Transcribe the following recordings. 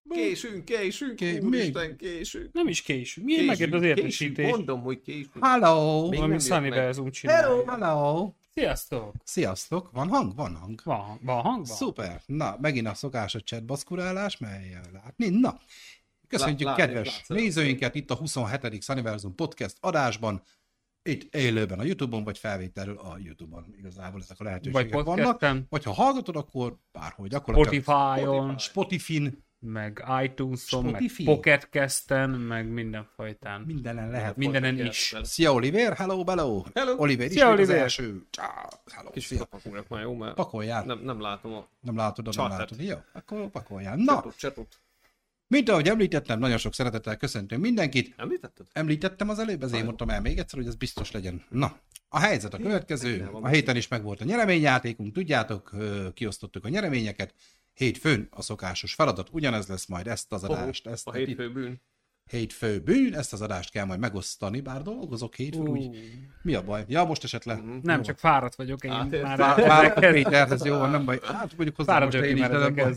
Késünk, úristen, késünk. Nem is késünk. Miért megérd az értesítést? Mondom, hogy késünk. Hello! Valami Sunnyverzum csinálja. Hello! Sziasztok! Sziasztok! Van hang? Van hang. Van hang? Szuper! Na, megint a szokásos chatbaszkurálás, melyen látni. Na, köszöntjük kedves nézőinket itt a 27. Sunnyverzum podcast adásban. Itt élőben a YouTube-on, vagy felvételről a YouTube-on. Igazából ezek a lehetőségek vannak. Vagy ha hallgatod, akkor bárhogy. Spotify-on. Spotify-n. Meg iTunes-on, meg Pocketcasten, meg mindenfajtán. Mindenen lehet. Mindenen is. Szia Oliver, hello, bello. Hello. Oliver Szia, is Oliver. az első. Hello, Kis szia. pakoljak már, jó? Mert Pakoljál. nem látom a Nem látod. Csatet. Jó, akkor pakoljál. Na, csatot. mint ahogy említettem, nagyon sok szeretettel köszöntöm mindenkit. Említetted? Említettem az előbb, ezért mondtam el még egyszer, hogy ez biztos legyen. Na, a helyzet a következő. A héten is megvolt a nyereményjátékunk, tudjátok, kiosztottuk a nyereményeket. Hétfőn a szokásos feladat, ugyanez lesz majd ezt az adást. A hétfő bűn. Hétfő bűn, ezt az adást kell majd megosztani, bár dolgozok hétfőn, úgy. Mi a baj? Ja, most esetleg. Nem, csak fáradt vagyok én. Fáradt Péter, ez jó van, nem baj. Hát mondjuk hozzá most én is.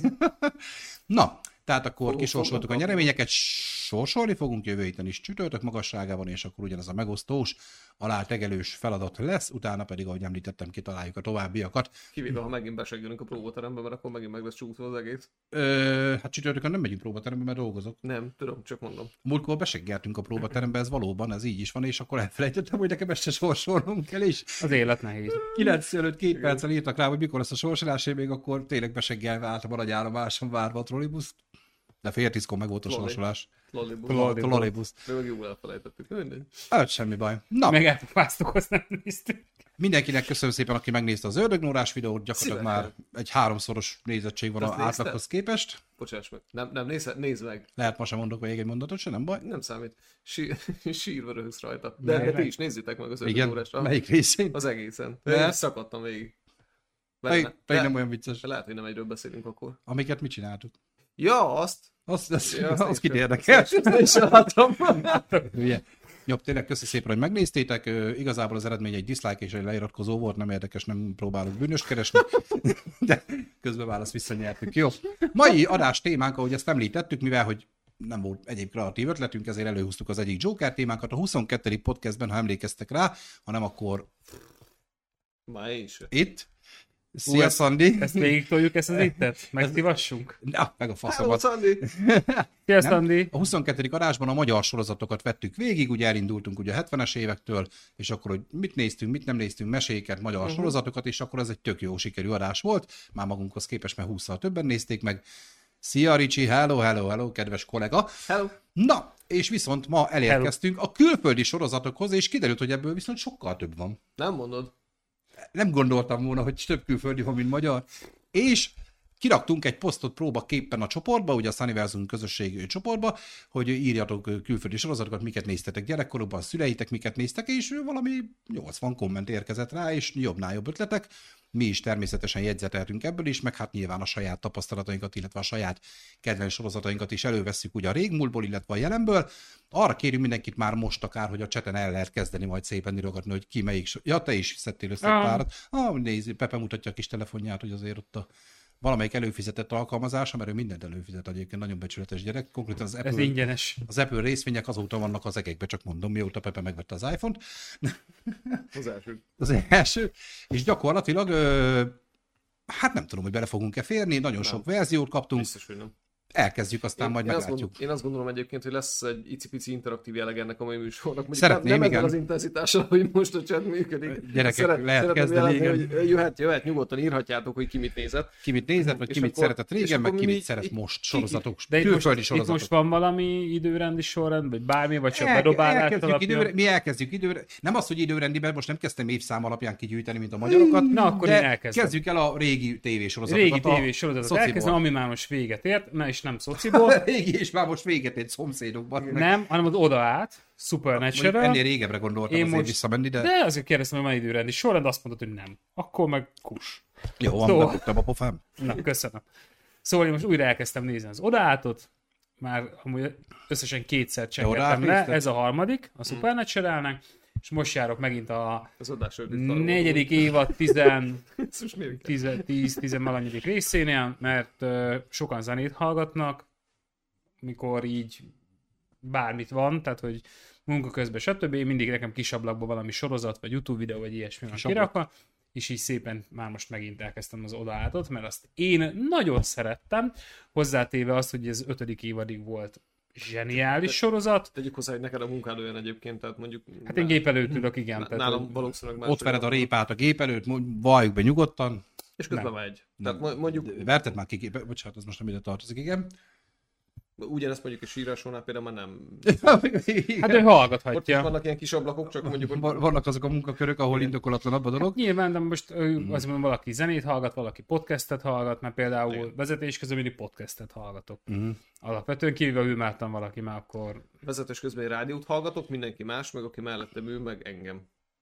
Na, tehát akkor kisorsoltuk a nyereményeket, sorsolni fogunk jövő héten is csütörtök magasságában, és akkor ugyanez a megosztós, alátegelős feladat lesz, utána pedig, ahogy említettem, kitaláljuk a továbbiakat. Kivéve, ha megint beseggelünk a próbaterembe, mert akkor megint meg lesz csúszva az egész. Hát csütörtökön nem megyünk próbaterembe, mert dolgozok. Nem, tudom, csak mondom. Múltkor beseggeltünk a próbaterembe, ez valóban, ez így is van, és akkor elfelejtettem, hogy nekem este sorsolnom kell is. Az élet nehéz. 9 előtt 2 perccel írtak rá, hogy mikor lesz a sorsolás, én még akkor tényleg beseggelve álltam a nagyállomáson várva a trollibuszt. De fél 10-kor meg volt a sorsolás. Lollibusz. De meg jól elfelejtettük, mindegy. Hát semmi baj. Na, meg elpapáztuk, azt nem néztük. Mindenkinek köszönöm szépen, aki megnézte az Ördögnórás videót, gyakorlatilag már egy 3-szoros nézettség van az átlaghoz képest. Bocsáss meg, nem nézd meg. Lehet ma sem mondok még egy mondatot, se nem baj. Nem számít. Sírva röhögsz rajta. De ti is nézzétek meg az Ördögnórásra. Igen, melyik részén? Az egészen. De szakadtam végig. Pedig nem olyan vicces. Lehet, hogy nem egyről beszélünk akkor. Amiket mi csináltuk. Ja, azt kit érdekel. És látom. Jobb, tényleg köszi szépen, hogy megnéztétek. Igazából az eredmény egy dislike és egy leiratkozó volt, nem érdekes, nem próbálok bűnöst keresni, de közben választ visszanyertük. Jó. Mai adás témánk, ahogy ezt említettük, mivel hogy nem volt egyéb kreatív ötletünk, ezért előhúztuk az egyik Joker témánkat a 22. podcastben, ha emlékeztek rá, ha nem, akkor már én is. Itt. Szia, Szandi! Ezt végig toljuk, ezt az ittet? Megszívassunk? Na, meg a faszomat. Szia, Szandi! A 22. adásban a magyar sorozatokat vettük végig, ugye elindultunk ugye a 70-es évektől, és akkor, hogy mit néztünk, mit nem néztünk, meséket, magyar sorozatokat, és akkor ez egy tök jó sikerű adás volt, már magunkhoz képest, mert 20-szal többen nézték meg. Szia, Ricsi, hello, kedves kollega! Hello! Na, és viszont ma elérkeztünk a külföldi sorozatokhoz, és kiderült, hogy ebből viszont sokkal több van. Nem mondod? Nem gondoltam volna, hogy több külföldi van, mint magyar. És kiraktunk egy posztot próbaképpen a csoportba, ugye a Sunnyverzum közösségi csoportba, hogy írjatok külföldi sorozatokat, miket néztetek gyerekkorukban, szüleitek miket néztek, és valami 80 komment érkezett rá, és jobbnál jobb ötletek. Mi is természetesen jegyzeteltünk ebből is, meg hát nyilván a saját tapasztalatainkat, illetve a saját kedvenc sorozatainkat is elővesszük ugye a régmúltból, illetve a jelenből. Arra kérünk mindenkit már most akár, hogy a chaten el lehet kezdeni majd szépen írogatni, hogy ki melyik. Ja, te is szedtél össze párat. Nézd, Pepe mutatja a kis telefonját, hogy azért ott a valamelyik előfizetett alkalmazása, mert ő mindent előfizet egyébként, nagyon becsületes gyerek. Konkrétan az Apple, ez ingyenes. Az Apple részvények azóta vannak az egekbe, csak mondom, mióta Pepe megvette az iPhone-t. Az első. És gyakorlatilag, hát nem tudom, hogy bele fogunk-e férni, nagyon sok verziót kaptunk. Biztos, hogy nem. Elkezdjük, aztán majd meglátjuk. Én azt gondolom egyébként, hogy lesz egy icipici interaktív jelleg ennek a mai műsornak. Szeretném, nem igen. Az intenzitással, hogy most a chat működik. Gyerekek, lehet kezdeni, igen. Hogy jöhet, nyugodtan írhatjátok, hogy ki mit nézett. Ki mit nézett, vagy ki mit szeretett régen, meg ki mit szeret most sorozatok. De itt most van valami időrendi sorrend, vagy bármi, vagy csak bedobálás alapján? Mi elkezdjük időre. Nem az, hogy időrendiben, most nem kezdtem évszám alapján kigyűjteni, mint a magyarokat. Na, akkor én elkezdem. Kezdjük el a régi tévésorozatokat. Régi tévésorozatot elkezdem, ami már most véget ért, és nem szociból. Régi, és már most véget ért szomszédokban. Nem, hanem az oda át, Supernatural. Ennél régebbre gondoltam azért visszamenni, de... De azért kérdeztem, hogy van időrendi sorrend, azt mondod, hogy nem. Akkor meg kus. Jó, van, megkaptam a pofám. Na, köszönöm. Szóval én most újra elkezdtem nézni az Odaátot, már amúgy összesen 2-szer csengettem le, ez a harmadik, a Supernatural-nek, és most járok megint a 4. évad 10-valanyadik részénél, mert sokan zenét hallgatnak, mikor így bármit van, tehát hogy munka közben stb. Mindig nekem kis ablakban valami sorozat, vagy YouTube videó, vagy ilyesmi van kirakva, és így szépen már most megint elkezdtem az odaátot, mert azt én nagyon szerettem, hozzátéve azt, hogy ez 5. évadig volt zseniális sorozat. Tegyük hozzá, hogy neked a munkád olyan egyébként, tehát mondjuk... Hát én gép előtt ülök, igen. Nálam valószínűleg más. Ott vered a répát a gép előtt, valljuk be nyugodtan. És közben megy. Tehát mondjuk... Verted már ki, bocsánat, ez most nem ide tartozik, igen. Ugyanezt mondjuk a sírásónál például már nem... Hát ő hallgathatja. Ott is vannak ilyen kis ablakok, csak mondjuk... Vannak azok a munkakörök, ahol indokolatlan a dolog. Hát nyilván, de most azt mondom, valaki zenét hallgat, valaki podcastet hallgat, mert például vezetés közben mindig podcastet hallgatok. Alapvetően kívül ülmáltam valaki már akkor... Vezetés közben egy rádiót hallgatok, mindenki más, meg aki mellettem ül, meg engem.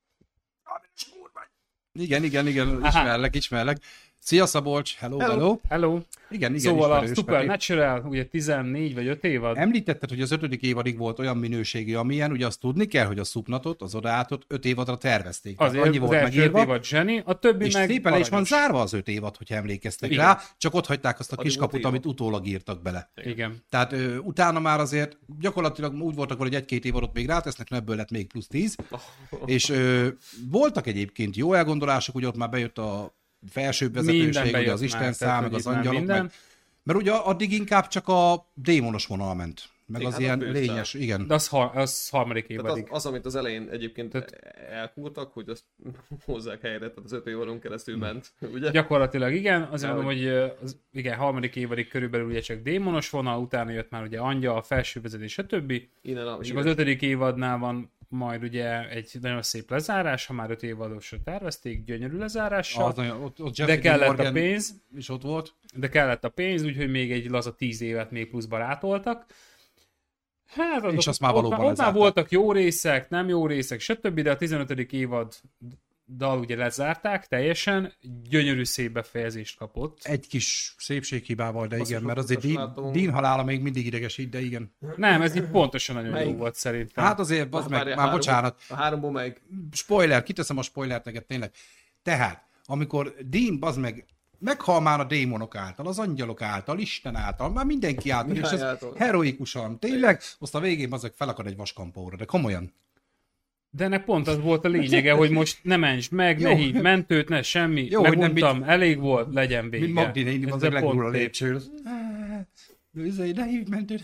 Igen, ismerlek. Szia Szabolcs, hello. Igen, szóval a Supernatural, ugye 14 vagy 5 évad. Említetted, hogy az 5. évadig volt olyan minőségű, amilyen, ugye azt tudni kell, hogy a Supnatot, az odaátot 5 évadra tervezték. Azért annyi volt megírva. 5 évad zseni, a többi és meg szépen le is van zárva az 5 évad, hogyha emlékeztek rá, csak ott hagyták azt a kiskaput, amit utólag írtak bele. Igen. Tehát utána már azért gyakorlatilag úgy voltak, hogy 1-2 évadot még rátesznek, ebből lett még plusz 10. És voltak egyébként jó elgondolások, ugye ott már bejött a felsőbb vezetőség, ugye az Isten szám, meg az angyalok, meg... Mert ugye addig inkább csak a démonos vonal ment. Meg igen, az ilyen lényes, igen. De az harmadik évadig. Az, amit az elején egyébként elkúrtak, hogy azt hozzák helyre, tehát az 5 évadon keresztül ment, ugye? Gyakorlatilag igen, azért mondom, hogy igen, harmadik évadig körülbelül ugye csak démonos vonal, utána jött már ugye angyal, felső vezetés, stb. És az 5. évadnál van majd ugye egy nagyon szép lezárás, ha már 5 évadosra tervezték, gyönyörű lezárással, de kellett a pénz. És ott volt. De kellett a pénz, úgyhogy még egy laza 10 évet még pluszba rátoltak. Hát, és azt már valóban ott már voltak jó részek, nem jó részek, stb., de a 15. évaddal ugye lezárták teljesen, gyönyörű szép befejezést kapott. Egy kis szépséghibával, de igen, mert azért Dean halála még mindig idegesít, de igen. Nem, ez így pontosan nagyon jó volt szerintem. Hát azért, az meg, már bocsánat. A 3-ból meg. Spoiler, kiteszem a spoilert neked tényleg. Tehát, amikor Dean, bazd meg, meghal már a démonok által, az angyalok által, Isten által, már mindenki által, és ez heroikusan, tényleg, azt a végén azok felakad egy vaskampóra, de komolyan. De ennek pont az volt a lényege, hogy most ne mentsd meg, ne hívj mentőt, ne semmi, jó, meguntam, elég volt, legyen vége. Mint Magdi néni, az legúr a lépcső. Ne hívj mentőt,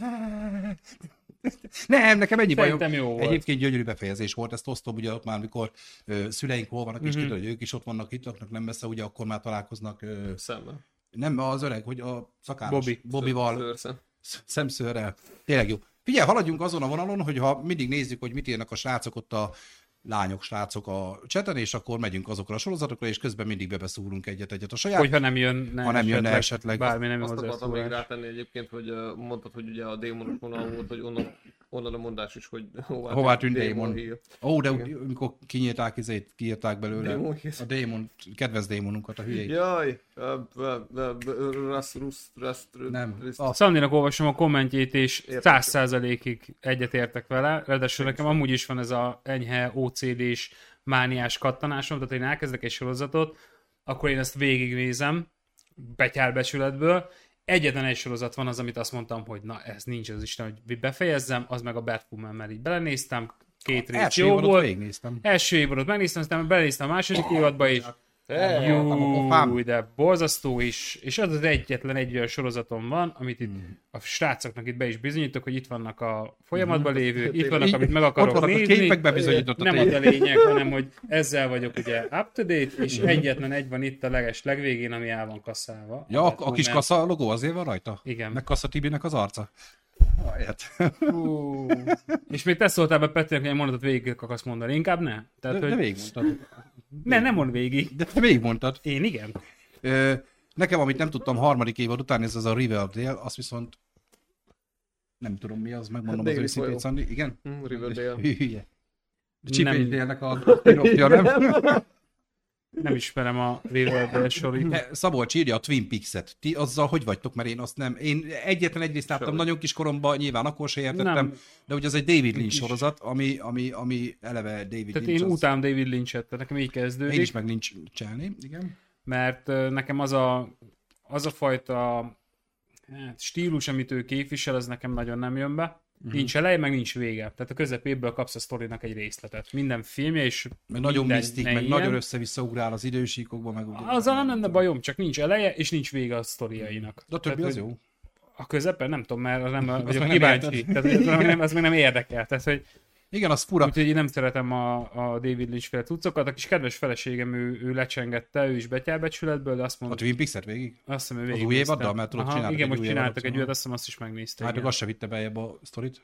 nem, nekem ennyi bajom. Egyébként gyönyörű befejezés volt, ezt osztom, ugye ott már, mikor szüleink hol vannak, és kiderül, hogy ők is ott vannak, itt laknak nem messze, ugye akkor már találkoznak. Szemmel. Nem, az öreg, hogy a szakáros. Bobbyval. Szemszőrrel. Tényleg jó. Figyelj, haladjunk azon a vonalon, hogy ha mindig nézzük, hogy mit írnak a srácok ott a lányok, srácok a chaten, és akkor megyünk azokra a sorozatokra, és közben mindig bebeszúrunk egyet a saját. Hogyha nem jönne esetleg. Bármi nem azt akartam még rátenni egyébként, hogy mondtad, hogy ugye a démonos vonal volt, hogy onnan a mondás is, hogy hová tűnt démon. Ó, de amikor kiírták belőle a démon, kedves démonunkat, a hülyét. Jaj, nem. Szandinak olvasom a kommentjét, és 100%-ig egyetértek vele, ráadásul nekem amúgy is van ez a enyhe OCD-s mániás kattanásom, tehát én elkezdek egy sorozatot, akkor én ezt végignézem, betyárbecsületből. Egyetlen egy sorozat van az, amit azt mondtam, hogy na ez nincs az Isten, hogy befejezzem, az meg a Batwoman, mert így belenéztem, 2 rész jó volt. Első évadot megnéztem, aztán belenéztem a második évadba is. Jó, de borzasztó is, és az egyetlen egy olyan sorozatom van, amit itt a srácoknak itt be is bizonyítok, hogy itt vannak a folyamatban lévő, itt vannak, amit meg akarok nézni. Nem az a lényeg, hanem hogy ezzel vagyok ugye up to date, és egyetlen egy van itt a legvégén, ami el van kasszálva. Ja, a kis kassa logó azért van rajta? Igen. Meg Kassa Tibinek az arca? És még te szóltál be Petrinek, hogy egy mondatot végig akarsz mondani, inkább ne? Tehát, de végigmondtad. Nem mond végig. De te végigmondtad. Én igen. Nekem, amit nem tudtam harmadik évad után, ez az a Riverdale, azt viszont nem tudom mi az, megmondom az őszintét, Szandi. Igen? Riverdale. Hülye. Chip-nek a spin-offja, nem? Nem ismerem a Riverdale sorit. Szabolcs írja a Twin Peaks-et. Ti azzal hogy vagytok, mert én azt nem... Én egyetlen egy részt láttam nagyon kis koromban, nyilván akkor se értettem, nem. De ugye az egy David Lynch sorozat, ami eleve David Lynch. Tehát én utálom David Lynch-et, tehát nekem így kezdődik. Én is meg Lynch-cselni, igen. Mert nekem az a fajta stílus, amit ő képvisel, az nekem nagyon nem jön be. Nincs eleje, meg nincs vége. Tehát a közepéből kapsz a sztorinak egy részletet. Minden filmje, és meg nagyon misztik, meg nagyon össze-vissza ugrál az idősíkokba. Meg azzal nem lenne bajom, csak nincs eleje, és nincs vége a sztoriainak. De a többi az jó. A közepen nem tudom, mert nem vagyok kíváncsi. Az meg nem érdekel. Tehát, hogy igen, az fura. Úgyhogy én nem szeretem a David Lynch-féle cuccokat. A kis kedves feleségem, ő lecsengette, ő is betyárbecsületből, de azt mondta... A Twin Peaks-et végig? Azt hiszem, ő végig. Az új évaddal, mert tudod, csináltak igen, most csináltak egy újat, azt hiszem, azt is megnézte. Hát ők azt se vitte beljebb a sztorit.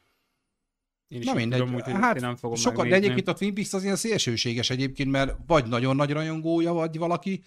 Én is na mindegy, tudom, úgy, hát nem fogom sokat, de egyébként a Twin Peaks az ilyen szélsőséges egyébként, mert vagy nagyon nagy rajongója vagy valaki,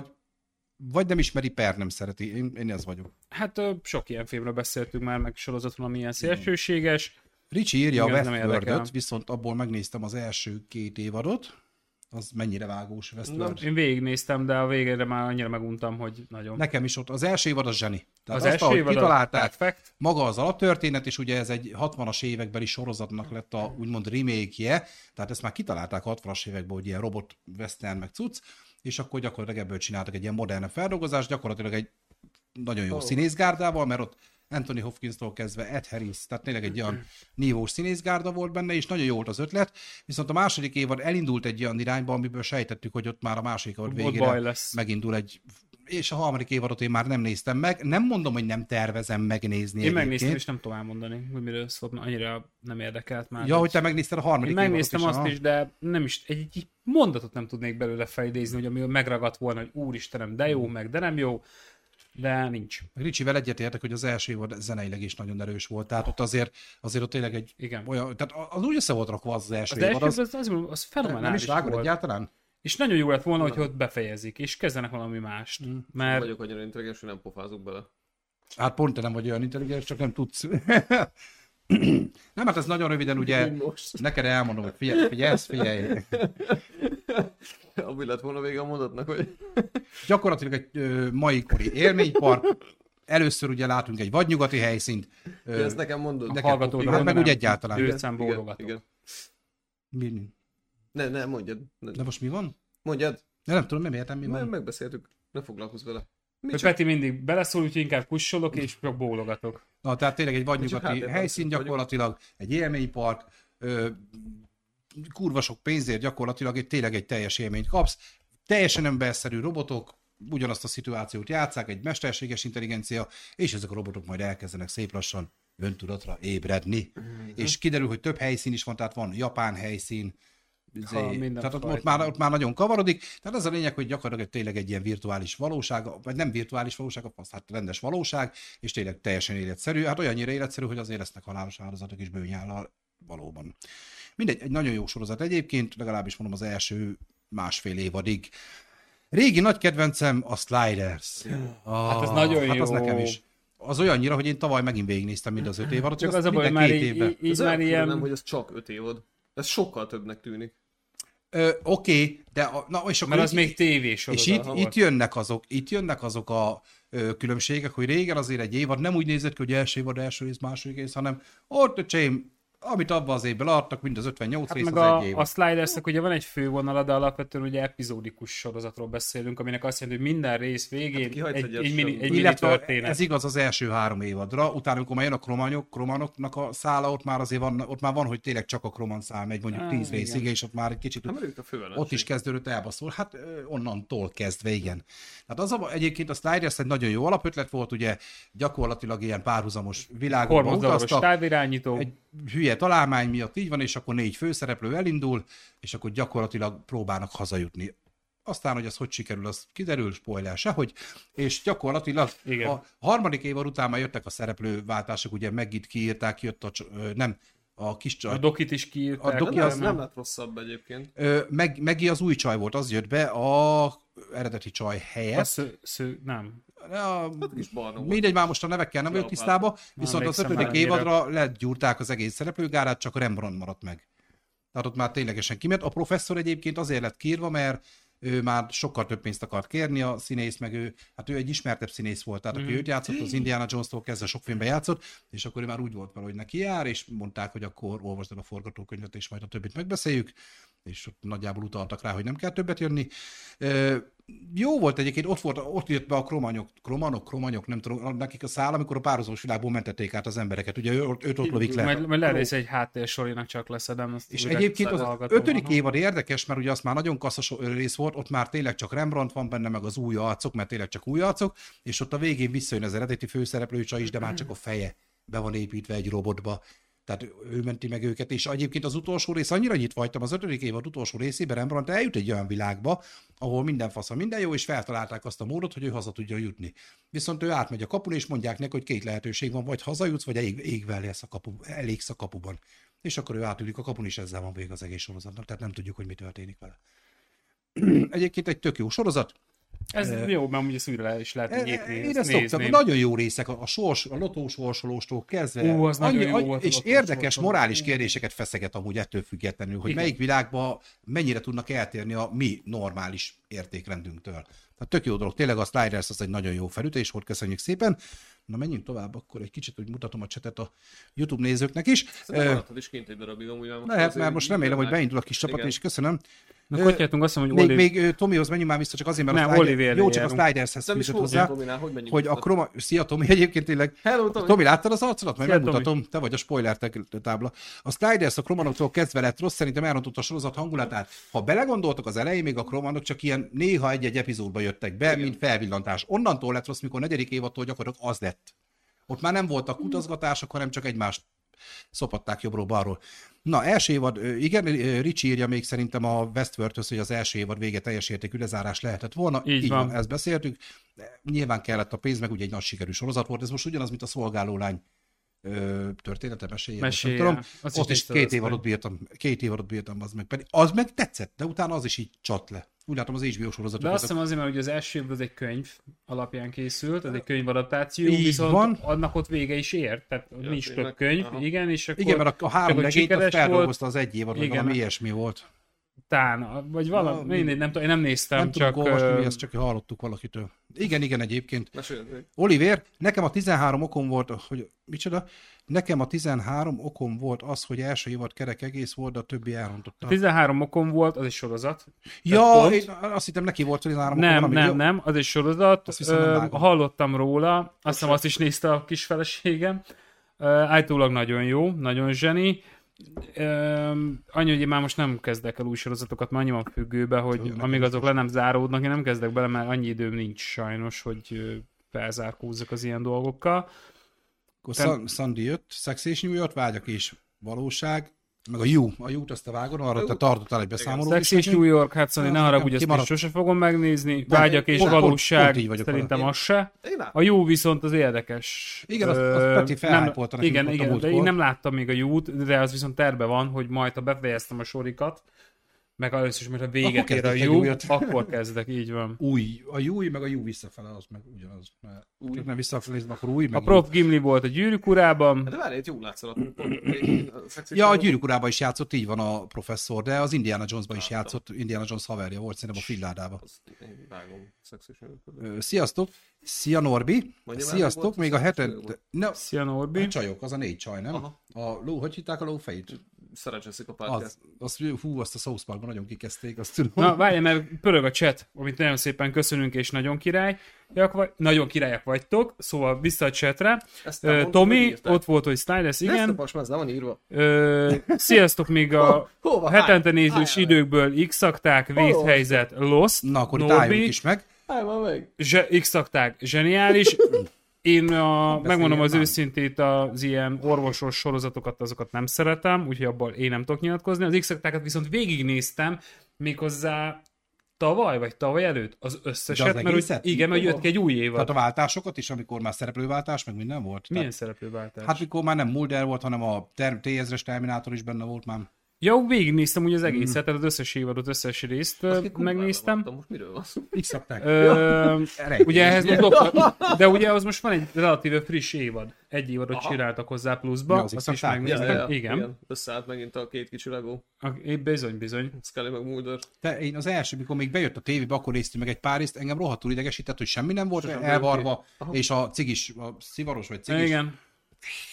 vagy nem ismeri, nem szereti. Én ez vagyok. Hát sok ilyen filmről beszéltünk már, meg sorozatról, ami ilyen szélsőséges. Richie írja a Westworld-öt, viszont abból megnéztem az első 2 évadot. Az mennyire vágós Westworld. Én végignéztem, de a végére már annyira meguntam, hogy nagyon. Nekem is ott. Az első évad az zseni. Tehát az azt, ahogy kitalálták, perfect. Maga az alaptörténet, és ugye ez egy 60-as évekbeli sorozatnak lett a úgymond remake-je, tehát ezt már kitalálták 60-as években, hogy ilyen robot western meg cucc, és akkor gyakorlatilag ebből csináltak egy ilyen modern feldolgozást, gyakorlatilag egy nagyon jó színészgárdával, mert ott Anthony Hopkins-tól kezdve Ed Harris, tehát tényleg egy olyan nívós színészgárda volt benne, és nagyon jó volt az ötlet, viszont a második évad elindult egy olyan irányba, amiből sejtettük, hogy ott már a második évad végére megindul egy... És a harmadik évadot én már nem néztem meg. Nem mondom, hogy nem tervezem megnézni. Én megnéztem, és nem tudom elmondani, hogy miről szólt, annyira nem érdekelt már. Ja, hogy te megnézted a harmadik évadot. Én megnéztem azt is, de nem is, egy mondatot nem tudnék belőle felidézni, hogy amivel megragadt volna, hogy úristenem, de jó, meg de nem jó. De nincs. Ricsivel egyetértek, hogy az első évad zeneileg is nagyon erős volt, tehát ott azért ott tényleg egy igen. Olyan, tehát az úgy össze volt rakva az első évad. Az fenomenális nem is vágod volt. Egyáltalán? És nagyon jó lett volna, hogy ott befejezik, és kezdenek valami mást. Mert... Nem vagyok annyira intelligens, hogy nem pofázok bele. Hát pont te nem vagy olyan intelligens, csak nem tudsz. Nem, hát ez nagyon röviden ugye, neked elmondom, hogy figyelj. Ami lett volna vége a mondatnak, hogy... Gyakorlatilag egy mai kori élménypark. Először ugye látunk egy vadnyugati helyszínt. Ezt nekem mondod. Hát meg úgy egyáltalán. Győzcem bólogatok. Mi? Ne, mondjad. De most mi van? Mondjad. Nem tudom, nem értem, mi van. Megbeszéltük. Ne foglalkozz vele. Peti mindig beleszól, úgyhogy inkább kussolok, és csak bólogatok. Na, tehát tényleg egy vadnyugati helyszín gyakorlatilag, egy élménypark, kurva sok pénzért gyakorlatilag tényleg egy teljes élményt kapsz. Teljesen emberszerű robotok, ugyanazt a szituációt játsszák, egy mesterséges intelligencia, és ezek a robotok majd elkezdenek szép lassan öntudatra ébredni. És kiderül, hogy több helyszín is van, tehát van japán helyszín, tehát ott már nagyon kavarodik. Tehát az a lényeg, hogy gyakorlatilag tényleg egy ilyen virtuális valóság, vagy nem virtuális valóság, hát rendes valóság, és tényleg teljesen életszerű. Hát olyannyira életszerű, hogy azért lesznek halálos áldozatok is bőnyállal valóban. Mindegy, egy nagyon jó sorozat egyébként, legalábbis mondom az első 1,5 évadig. Régi nagy kedvencem a Sliders. Hát ez nagyon jó. Hát az nekem is. Az olyannyira, hogy én tavaly megint végignéztem mind az 5 évadot. Csak az a baj, már így már ilyen... Nem, hogy ez csak 5 évad. Ez sokkal többnek tűnik. Oké, de és mert az még tévésorozat. És itt jönnek azok a különbségek, hogy régen azért egy évad nem úgy nézett ki, hogy első évad, első rész, második rész, hanem ott a csém, amit abban az évben adtak, mind az 58 rész, meg az egy évad. A Slidersnek ugye van egy fővonala, de alapvetően ugye epizódikus sorozatról beszélünk, aminek azt jelenti, hogy minden rész végén egy mini történet. Ez igaz az első 3 évadra, utána, amikor már jön a kromanoknak a szála, ott már van, hogy tényleg csak a kroman szál megy, mondjuk 10 részig, és ott már egy kicsit ott is kezdődött elbaszol. Hát onnantól kezdve, igen. Tehát egyébként a Sliders egy nagyon jó alapötlet volt, ugye gyakorlatilag ilyen párhuzamos világokban utaztak. Távirányító. Egy hülye találmány miatt így van, és akkor 4 főszereplő elindul, és akkor gyakorlatilag próbálnak hazajutni. Aztán, hogy ez hogy sikerül, az kiderül, spoiler sehogy, és gyakorlatilag igen. A harmadik évad után már jöttek a szereplőváltások, ugye Megit kiírták, jött a kis csaj. A Dokit is kiírták. A Doki az nem lett rosszabb egyébként. Megi az új csaj volt, az jött be a eredeti csaj helyett. Nem. Mindegy, már most a nevekkel nem vagyok tisztába, viszont az 5. évadra legyúrták az egész szereplőgárát, csak a Rembrandt maradt meg. Tehát ott már ténylegesen kimert. A professzor egyébként azért lett kiírva, mert ő már sokkal több pénzt akart kérni, a színész, meg ő egy ismertebb színész volt, tehát aki őt játszott, az Indiana Jones-tól kezdve sok filmben játszott, és akkor ő már úgy volt vele, hogy neki jár, és mondták, hogy akkor olvasd el a forgatókönyvet, és majd a többit megbeszéljük, és ott nagyjából utaltak rá, hogy nem kell többet jönni. jó volt egyébként, ott jött be a kromanyok, nem tudom, nekik a szál, amikor a párhuzamos világból mentették át az embereket, ugye őt ott lovik le. Majd lehet, egy háttérsorinak csak leszedem. És egyébként az 5. évad érdekes, mert ugye az már nagyon kasszas rész volt, ott már tényleg csak Rembrandt van benne, meg az új arcok, mert tényleg csak új arcok, és ott a végén visszajön az eredeti főszereplő is, de már csak a feje be van építve egy robotba. Tehát ő menti meg őket, és egyébként az utolsó rész, annyira nyitva hagytam, az 5. évad utolsó részében Rembrandt eljut egy olyan világba, ahol minden fasz, minden jó, és feltalálták azt a módot, hogy ő haza tudjon jutni. Viszont ő átmegy a kapun, és mondják neki, hogy 2 lehetőség van, vagy hazajutsz, vagy égvel elégsz a kapuban. És akkor ő átülik a kapun, és ezzel van vége az egész sorozatnak, tehát nem tudjuk, hogy mi történik vele. Egyébként egy tök jó sorozat. Ez jó, mert ugye újra is lehet nézni. Nagyon jó részek, a lotósorsolóstól kezdve. Az nagyon jó volt. És érdekes morális kérdéseket feszeget amúgy ettől függetlenül, hogy melyik világban mennyire tudnak eltérni a mi normális értékrendünktől. Tehát tök jó dolog. Tényleg a Sliders az egy nagyon jó felütés volt, köszönjük szépen. Na menjünk tovább, akkor egy kicsit, hogy mutatom a csetet a YouTube nézőknek is. Maradtad is kint egy darabig, amúgy lehet, mert most remélem, hogy beindul a kis csapat, és köszönöm. Na, kotyáltunk azt mondom, hogy még Tomihoz menjünk már vissza, csak azért, mert jó, csak a Slidershez fűzött hozzá, hogy a Szia Tomi, egyébként tényleg. Hello, Tomi. Tomi, láttad az arcodat? Majd megmutatom, te vagy a spoiler tábla. A Sliders a Kromanoktól kezdve lett rossz, szerintem elrontott a sorozat hangulatát. Ha belegondoltok, az elején még a Kromanok csak ilyen néha egy-egy epizódba jöttek be, mint felvillantás. Onnantól lett rossz, mikor 4. évadtól gyakorlatilag az lett. Ott már nem voltak utazgatások, hanem csak egymást szopatták jobbról-balról. Na, első évad, igen, Ricsi írja még szerintem a Westworldhöz, hogy az első évad vége teljes értékű lezárás lehetett volna. Így van, ezt beszéltük. Nyilván kellett a pénz, meg ugye egy nagy sikerű sorozat volt. Ez most ugyanaz, mint a szolgálólány története, mesélje. Ott is 2 évadot bírtam, az meg tetszett, de utána az is így csat le. Úgy látom, az HBO sorozatok. De azt hiszem azért, mert ugye az első évben az egy könyv alapján készült, ez egy könyvadaptáció, viszont van. Annak ott vége is ért, tehát nincs több könyv, igen, és akkor... Igen, mert a 3 legényt azt feldolgozta az egy évad, vagy valami ilyesmi volt. Vagy valami, mindegy, nem tudom, én nem néztem, nem csak... olvasni, ezt csak hallottuk valakitől. Igen, egyébként. Oliver, nekem a 13 okom volt, hogy... Micsoda? Nekem a 13 okom volt az, hogy első évad kerek egész volt, de a többi elrontotta. 13 okom volt, az egy sorozat. Ja, én azt hittem neki volt 13 okom. Nem, az egy sorozat. Hallottam róla, azt is nézte a kis feleségem. Állítólag nagyon jó, nagyon zseni. Annyi, hogy én már most nem kezdek el új sorozatokat, mert annyi van függőbe, hogy amíg azok le nem záródnak, én nem kezdek bele, mert annyi időm nincs sajnos, hogy felzárkózzak az ilyen dolgokkal. Akkor Sandy jött, Sex és New York, vágyak és valóság, meg a You-t azt a vágod, arra te tartottál egy beszámolót. Sex és New York, hát Sandy, ne haragudj, ezt is sose fogom megnézni. Vágyak és valóság, szerintem az se. A You viszont az érdekes. Igen, az Peti felhájpolta nekünk. Igen, de én nem láttam még a You-t, de az viszont terve van, hogy majd ha befejeztem a sorikat, meg először is, mert a véget ér a You, akkor kezdek, így van. A You, meg a You visszafele, az meg ugyanaz. Csak nem visszafele, akkor új, meg a Prof. Gimli volt a Gyűrűk urában. De várj, jól látszott. Ja, a Gyűrűk urában is játszott, így van a professzor, de az Indiana Jonesban is játszott, Indiana Jones haverja volt, szerintem a Filládában. Sziasztok! Szia Norbi! Sziasztok! Még a heted... Szia Norbi! A csajok, az a 4 csaj, nem? A ló, hogy hitták a lófejét? Sarah Jessica Parker. Azt a South Parkban nagyon kikezdték, azt tudom. Na, várjál, mert pörög a chat, amit nagyon szépen köszönünk, és nagyon királyak vagytok, szóval vissza a chatre. Tomi, ott volt, hogy Stylus, igen. Most már van írva. Sziasztok, még a hetente nézős időkből X-akták, vészhelyzet, Lost, na, akkor itt álljunk is meg. X-akták, zseniális. Én megmondom az őszintét, az ilyen orvosos sorozatokat, azokat nem szeretem, úgyhogy abból én nem tudok nyilatkozni. Az X-aktákat viszont végignéztem, méghozzá tavaly előtt az összeset, mert igen, mert jött ki egy új évad. Tehát a váltásokat is, amikor már szereplőváltás, meg minden volt? Milyen szereplőváltás? Hát mikor már nem Mulder volt, hanem a T-1000-es Terminátor is benne volt már. Ja, végignéztem ugye az egészet, tehát az összes évadot, összes részt megnéztem. Most miről van szó? X-akták. Ugye ehhez de ugye az most van egy relatíve friss évad. Egy évadot csináltak hozzá pluszba, azt is megnéztem. Igen. Összeállt megint a 2 kicsi Lego. Bizony. Scully meg Mulder. Én az első, mikor még bejött a tévébe, akkor néztünk meg egy pár részt, engem rohadtul idegesített, hogy semmi nem volt elvarva, és a cigis, a szivaros vagy cigis. Igen.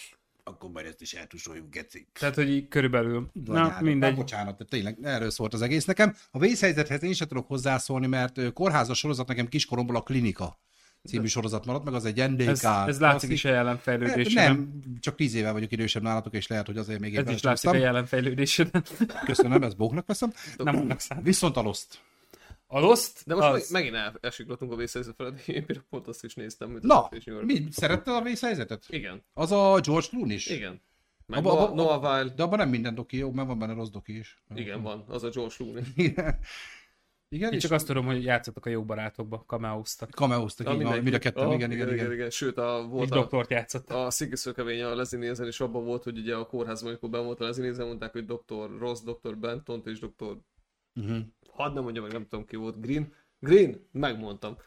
akkor majd ezt is eltusoljuk, geci. Tehát, hogy körülbelül. Na, mindegy. Bocsánat, tényleg erről szólt az egész nekem. A vészhelyzethez én sem tudok hozzászólni, mert kórházas sorozat nekem kiskoromból a Klinika című sorozat maradt, meg az egy NDK. Ez látszik is a jelenfejlődéseden. Nem, csak 10 éve vagyok idősebb nálatok, és lehet, hogy azért még ez is látszik a jelenfejlődéseden. Köszönöm, ezt bóknak veszem. Nem annak számít. Viszont a Lost. A Lost? De most megint elsiklatunk a vészhelyzet felett, én például pont azt is néztem. Na, szeretted a vészhelyzetet? Igen. Az a George Clooney is? Igen. Meg Noah Weil. De abban nem minden doki jó, mert van benne rossz doki is. Igen, van. Az a George Clooney. Igen, én csak azt tudom, hogy játszottak a Jó barátokba, cameóztak. Cameóztak, így van, mind a ketten, igen. Sőt, volt doktort játszott. A Sziggy Szökevény a Leslie Nielsen is abban volt, hogy ugye a kórházban, amikor ben volt a Leslie Nielsen, mondták, hogy Dr. Ross, Dr. Bentont és Dr. Hadd nem mondja meg, nem tudom ki volt, Green, megmondtam.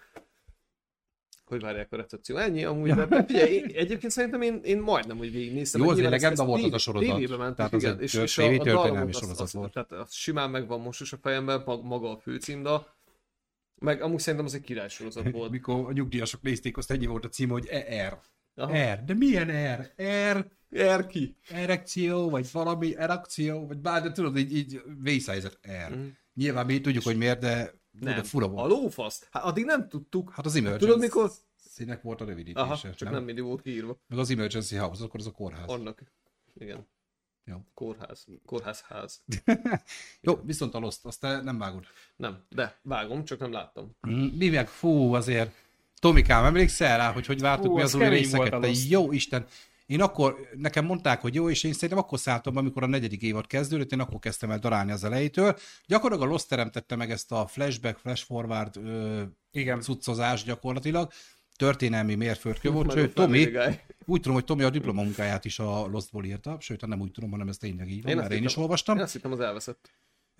Hogy várják a recepció. Ennyi amúgy, de figyelj, egyébként szerintem én majdnem, hogy végignéztem. Jó, azért legenda volt az a sorozat. Tévébe mentünk, tehát igen. És a történelmi sorozat volt. Tehát az simán megvan most is a fejemben, maga a főcímdal. Meg amúgy szerintem az egy királysorozat volt. Mikor a nyugdíjasok nézték, azt ennyi volt a cím, hogy ER. R. De milyen R? R ki? Erekció, vagy valami erakció, vagy bár, de tudod, így vészhelyzet R. Nyilván mi tudjuk, hogy miért, de fura volt. A lófaszt? Hát addig nem tudtuk. Hát az Emergency. Tudod mikor? Színek volt a rövidítése. Aha, csak nem mindig volt kiírva. Meg az Emergency House, akkor az a kórház. Annak. Igen. Jó. Kórházház. Jó, viszont a Lost, azt te nem vágod. Nem, de vágom, csak nem láttam. Mi meg, azért. Tomikám, emlékszel rá, hogy vártuk mi az új részeket? Te jó Isten! Én akkor, nekem mondták, hogy jó, és én szerintem akkor szálltam, amikor a 4. évad kezdődött, én akkor kezdtem el darálni az elejétől. Gyakorlatilag a Lost teremtette meg ezt a flashback, flash forward cuccozást gyakorlatilag. Történelmi mérföldkő volt, sőt, Tomi, úgy tudom, hogy Tomi a diplomamunkáját is a Lostból írta, sőt, nem úgy tudom, hanem ez tényleg így van, mert én is olvastam. Én azt hittem, az elveszett.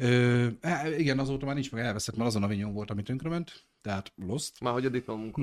Igen, azóta már nincs meg elveszett, mert azon a vinyón volt, amit tönkrement, tehát Lost. Már hogy a diplomunkat.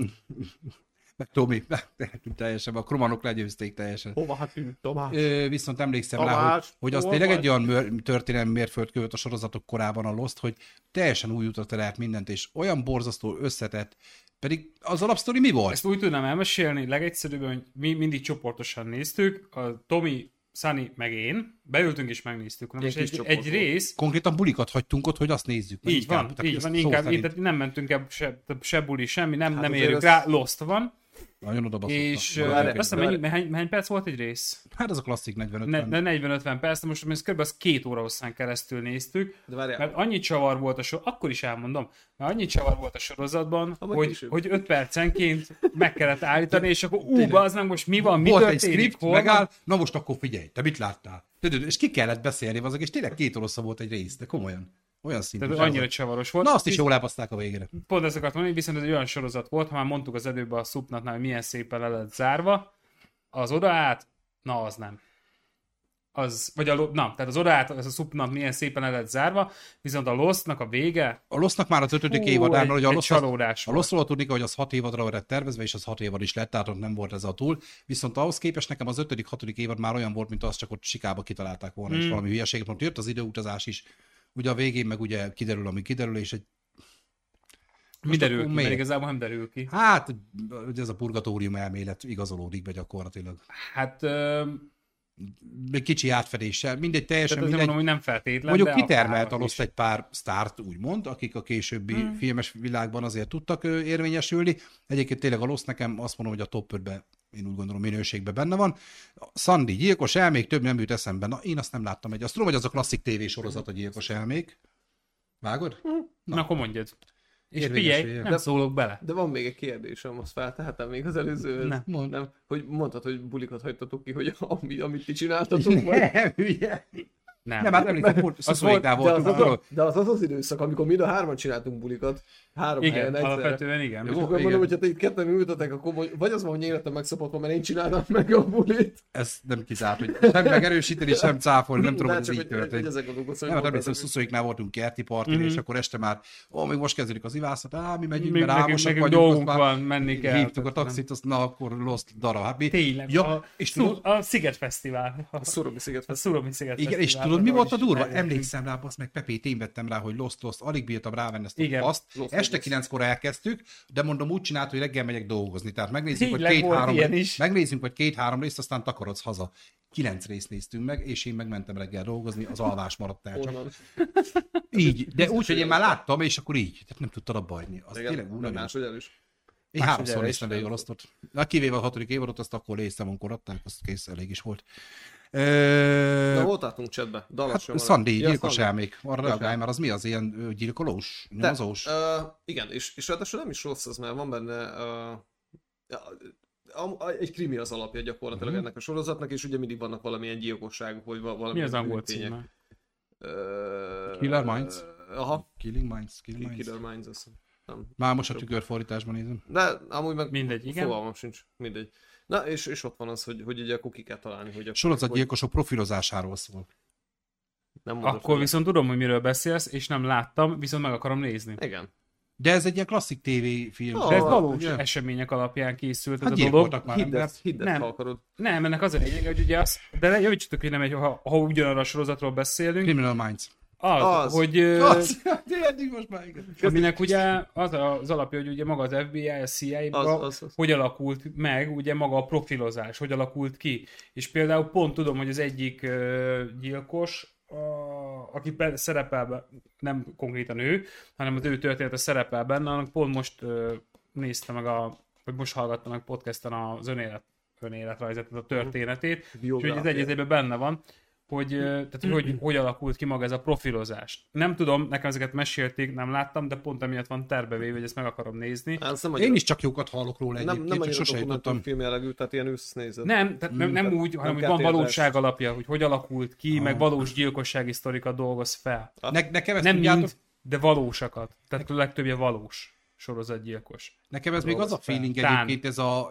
Meg Tomi, teljesen, a kromanok legyőzték teljesen. Hova hatünk, Tomás? Viszont emlékszem rá, hogy az tényleg egy olyan történelmi mérföldkő volt a sorozatok korában a Lost, hogy teljesen új utat talált mindent, és olyan borzasztó összetett, pedig az alapsztori mi volt? Ezt úgy tudnám elmesélni, legegyszerűbben, hogy mi mindig csoportosan néztük, a Tomi, Sunny meg én, beültünk és megnéztük. Na most egy rész... Konkrétan bulikat hagytunk ott, hogy azt nézzük. Így van, inkább nem mentünk el se buli, semmi, nem érjük rá, Lost van. Nagyon oda és azt hiszem, hány perc volt egy rész? Hát az a klasszik 40-50. De 40-50 perc, de most kb. 2 óra hosszán keresztül néztük, mert annyi csavar volt akkor is elmondom, mert annyi csavar volt a sorozatban, hogy 5 percenként meg kellett állítani, és akkor az meg most mi van, mi volt történik, egy script, megáll, na most akkor figyelj, te mit láttál? És ki kellett beszélni, azok, és tényleg 2 óra volt egy rész, de komolyan. Olyan szintű. Tehát annyira csavaros volt. Na azt is jól elbaszták a végére. Pont ezt akartam mondani, viszont ez egy olyan sorozat volt, ha már mondtuk az előbb a Supnatnál, hogy milyen szépen le lett zárva, az odaát, na az nem. Tehát az odaát, az a Supnat milyen szépen le lett zárva, viszont a Lostnak a vége... A Lostnak már az 5. évadán, hogy a Lostról tudni, hogy az 6 évadra lett tervezve, és az 6 évad is lett, tehát ott nem volt ez a túl. Viszont ahhoz képest nekem az 5. 6. évad már olyan volt, mint az csak ott Sikába kitalálták volna, és valami hülyeséget, mert jött az időutazás is. Ugye a végén meg ugye kiderül, ami kiderül, és egy... Mi derül ki? Mert igazából nem derül ki. Hát, ugye ez a purgatórium elmélet igazolódik be gyakorlatilag. Hát... Még kicsi átfedéssel, mindegy, teljesen mindegy. Mondom, hogy nem feltétlen, mondjuk kitermelt a Lost egy pár sztárt, úgymond, akik a későbbi filmes világban azért tudtak érvényesülni. Egyébként tényleg a Lost nekem azt mondom, hogy a top 5-ben, én úgy gondolom, minőségben benne van. Sandy, gyilkos elmék, több nem jut eszembe. Na, én azt nem láttam egy. Azt tudom, hogy az a klasszik tévésorozat, a gyilkos elmék. Vágod? Na akkor mondjad. És figyelj, nem szólok bele. De van még egy kérdésem, azt feltehetem még az előzőhöz. Nem. Hogy mondtad, hogy bulikat hagytatok ki, hogy amit ti csináltatok majd. Nem, hülye. Nem, hát emlékszem, de az időszak, amikor mind a 3-an csináltunk bulikat, 3 igen, helyen egyszerre. Alapvetően igen. És akkor mondom, hogyha te itt ketten ültetek, akkor vagy az van, hogy életem megszabadva, mert én csináltam meg a bulit. Ez nem kizárt, hogy sem megerősíteni, sem cáfolni, nem tudom, hogy ez így történt. Nem, hát emlékszem, Szuszoiknál voltunk kerti partin, és akkor este már, még most kezdődik az ivászat, mi megyünk, mert álmosak vagyunk, van, menni kell. Hívtuk a taxit, azt na, akkor Lost darab. Tényleg, a Sziget Fesztivál. A Szuromi Sziget Fesztivál. Igen, és tudod, Tudod, mi volt a durva? Emlékszem rá, azt meg Pepét, én vettem rá, hogy Lost, alig bírtam rávenni ezt a paszt. Este 9-kor elkezdtük, de mondom úgy csinált, hogy reggel megyek dolgozni. Tehát megnézzük, hogy 2-3 részt, aztán takarodsz haza. 9 részt néztünk meg, és én megmentem reggel dolgozni, az alvás maradt el csak. Így, de úgy, hogy én már láttam, és akkor így. Tehát nem tudtad abba hagyni. Az tényleg úgy nagyon. Én 3-szor néztem végig a Lostot. Kivéve a 6. évadot, azt akkor néztem, amikor adták, azt kész, elég is volt. De volt álltunk chatbe. Szandi, gyilkos elmék. Arra reagálj, mert az mi az ilyen gyilkolós, nyomozós? Igen, és ráadásul nem is rossz az, mert van benne egy krimi az alapja gyakorlatilag ennek a sorozatnak, és ugye mindig vannak valamilyen gyilkosságok, vagy valami. Mi az angol címe? Killer Minds? Aha. Killing Minds. Killer Minds, azt nem. Már most a tükörfordításban nézem. De amúgy meg mindegy, igen. Fogalmam sincs, mindegy. Na, és ott van az, hogy ugye akkor ki kell találni, hogy... Sorozatgyilkosok profilozásáról szól. Akkor viszont tudom, hogy miről beszélsz, és nem láttam, viszont meg akarom nézni. Igen. De ez egy ilyen klasszik tévéfilm. De ez valós események alapján készült ez a dolog. Hidd, ha akarod. Nem, ennek az a lényeg, hogy ugye az... De javítsatok, hogy nem egy, ha ugyanarra a sorozatról beszélünk. Criminal Minds. Hogy... most már igen. Aminek ugye az alapja, hogy ugye maga az FBI, a CIA hogy alakult meg, ugye maga a profilozás, hogy alakult ki. És például pont tudom, hogy az egyik gyilkos, aki szerepel, nem konkrétan ő, hanem az ő története szerepel benne, annak pont most nézte meg vagy most hallgatta meg podcasten az önéletrajzát, a történetét, és hogy ez egyébként benne van, hogy alakult ki maga ez a profilozás. Nem tudom, nekem ezeket mesélték, nem láttam, de pont emiatt van terbevéve, hogy ezt meg akarom nézni. Én is csak jókat hallok róla egyébként. Nem annyira dokumentumfilm jellegű, tehát ilyen ősznézet. Nem úgy, hanem hogy van valóság alapja, hogy alakult ki, meg valós gyilkossági sztorikat dolgoz fel. Nem mind, de valósakat. Tehát a legtöbbje valós sorozatgyilkos. Nekem ez még az a feeling egyébként, ez a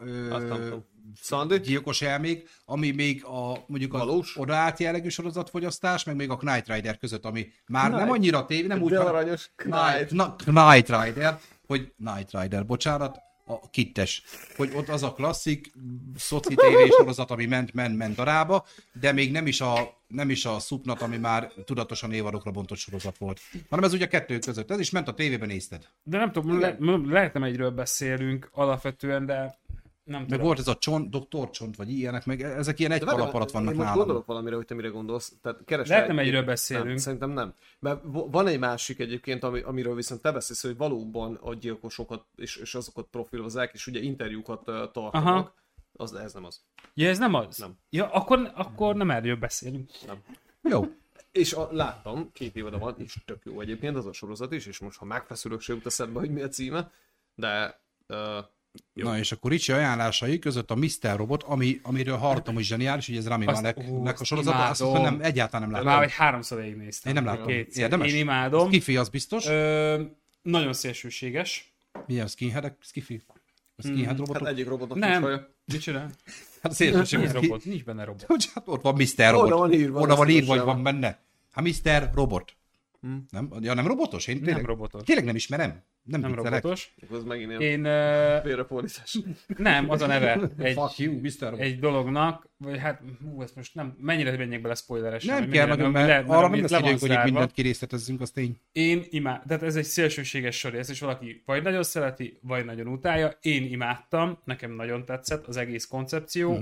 gyilkos elmék, ami még mondjuk az odaállt jellegű sorozatfogyasztás, meg még a Knight Rider között, ami már nem annyira tévé, nem úgy, aranyos Knight Rider, hogy Knight Rider, bocsánat, a kittes, hogy ott az a klasszik szoci tévé sorozat, ami ment darába, de még nem is a szupnat, ami már tudatosan évadokra bontott sorozat volt, hanem ez ugye a kettő között. Ez is ment a tévében, nézted. De nem tudom, lehet nem egyről beszélünk alapvetően, de nem meg volt ez a Dr. Csont, vagy ilyenek, meg ezek ilyen egy kalap alatt vannak nálam. Most gondolok valamire, hogy te mire gondolsz. Tehát lehet nem egyről beszélünk. Nem, szerintem nem. Mert van egy másik egyébként, amiről viszont te beszélsz, hogy valóban a gyilkosokat és azokat profilozzák, és ugye interjúkat tartanak. Ez nem az. Ja, ez nem az? Nem. Ja, akkor nem erről beszélünk. Nem. Jó. És láttam, 2 évada van, és tök jó egyébként az a sorozat is, és most ha megfeszülök, se jut eszembe, hogy mi a címe, de... Jó. Na és akkor Ricsi ajánlásai között a Mr. Robot, amiről hallottam, hogy zseniális, hogy ez Rami Maleknek a sorozata, azt nem, egyáltalán nem láttam. Már 3-szor végignéztem. Én nem láttam. Érdemes? Én imádom. Skiffy az biztos. Nagyon szélsőséges. Milyen skinheadek? Skiffy? A skinhead robotok? Hát egyik robotnak nem. Mit csinál? Hát szélsőséges robot. Nincs benne robot. Hát ott van Mr. Robot. Oda van írva, hogy van benne. Hát Mr. Robot. Nem? Ja, nem robotos? Én nem robotos. Tényleg nem ismerem. Nem robotos. Az megint ilyen félrefordítás. Nem, az a neve egy dolognak, vagy hát, ezt most nem, mennyire menjek bele spoileresen. Nem kell nagyon, mert arra nem lesz időnk, hogy itt mindent kirészletezzünk, az tény. Én tehát ez egy szélsőséges sor, ezt is valaki vagy nagyon szereti, vagy nagyon utálja. Én imádtam, nekem nagyon tetszett az egész koncepció.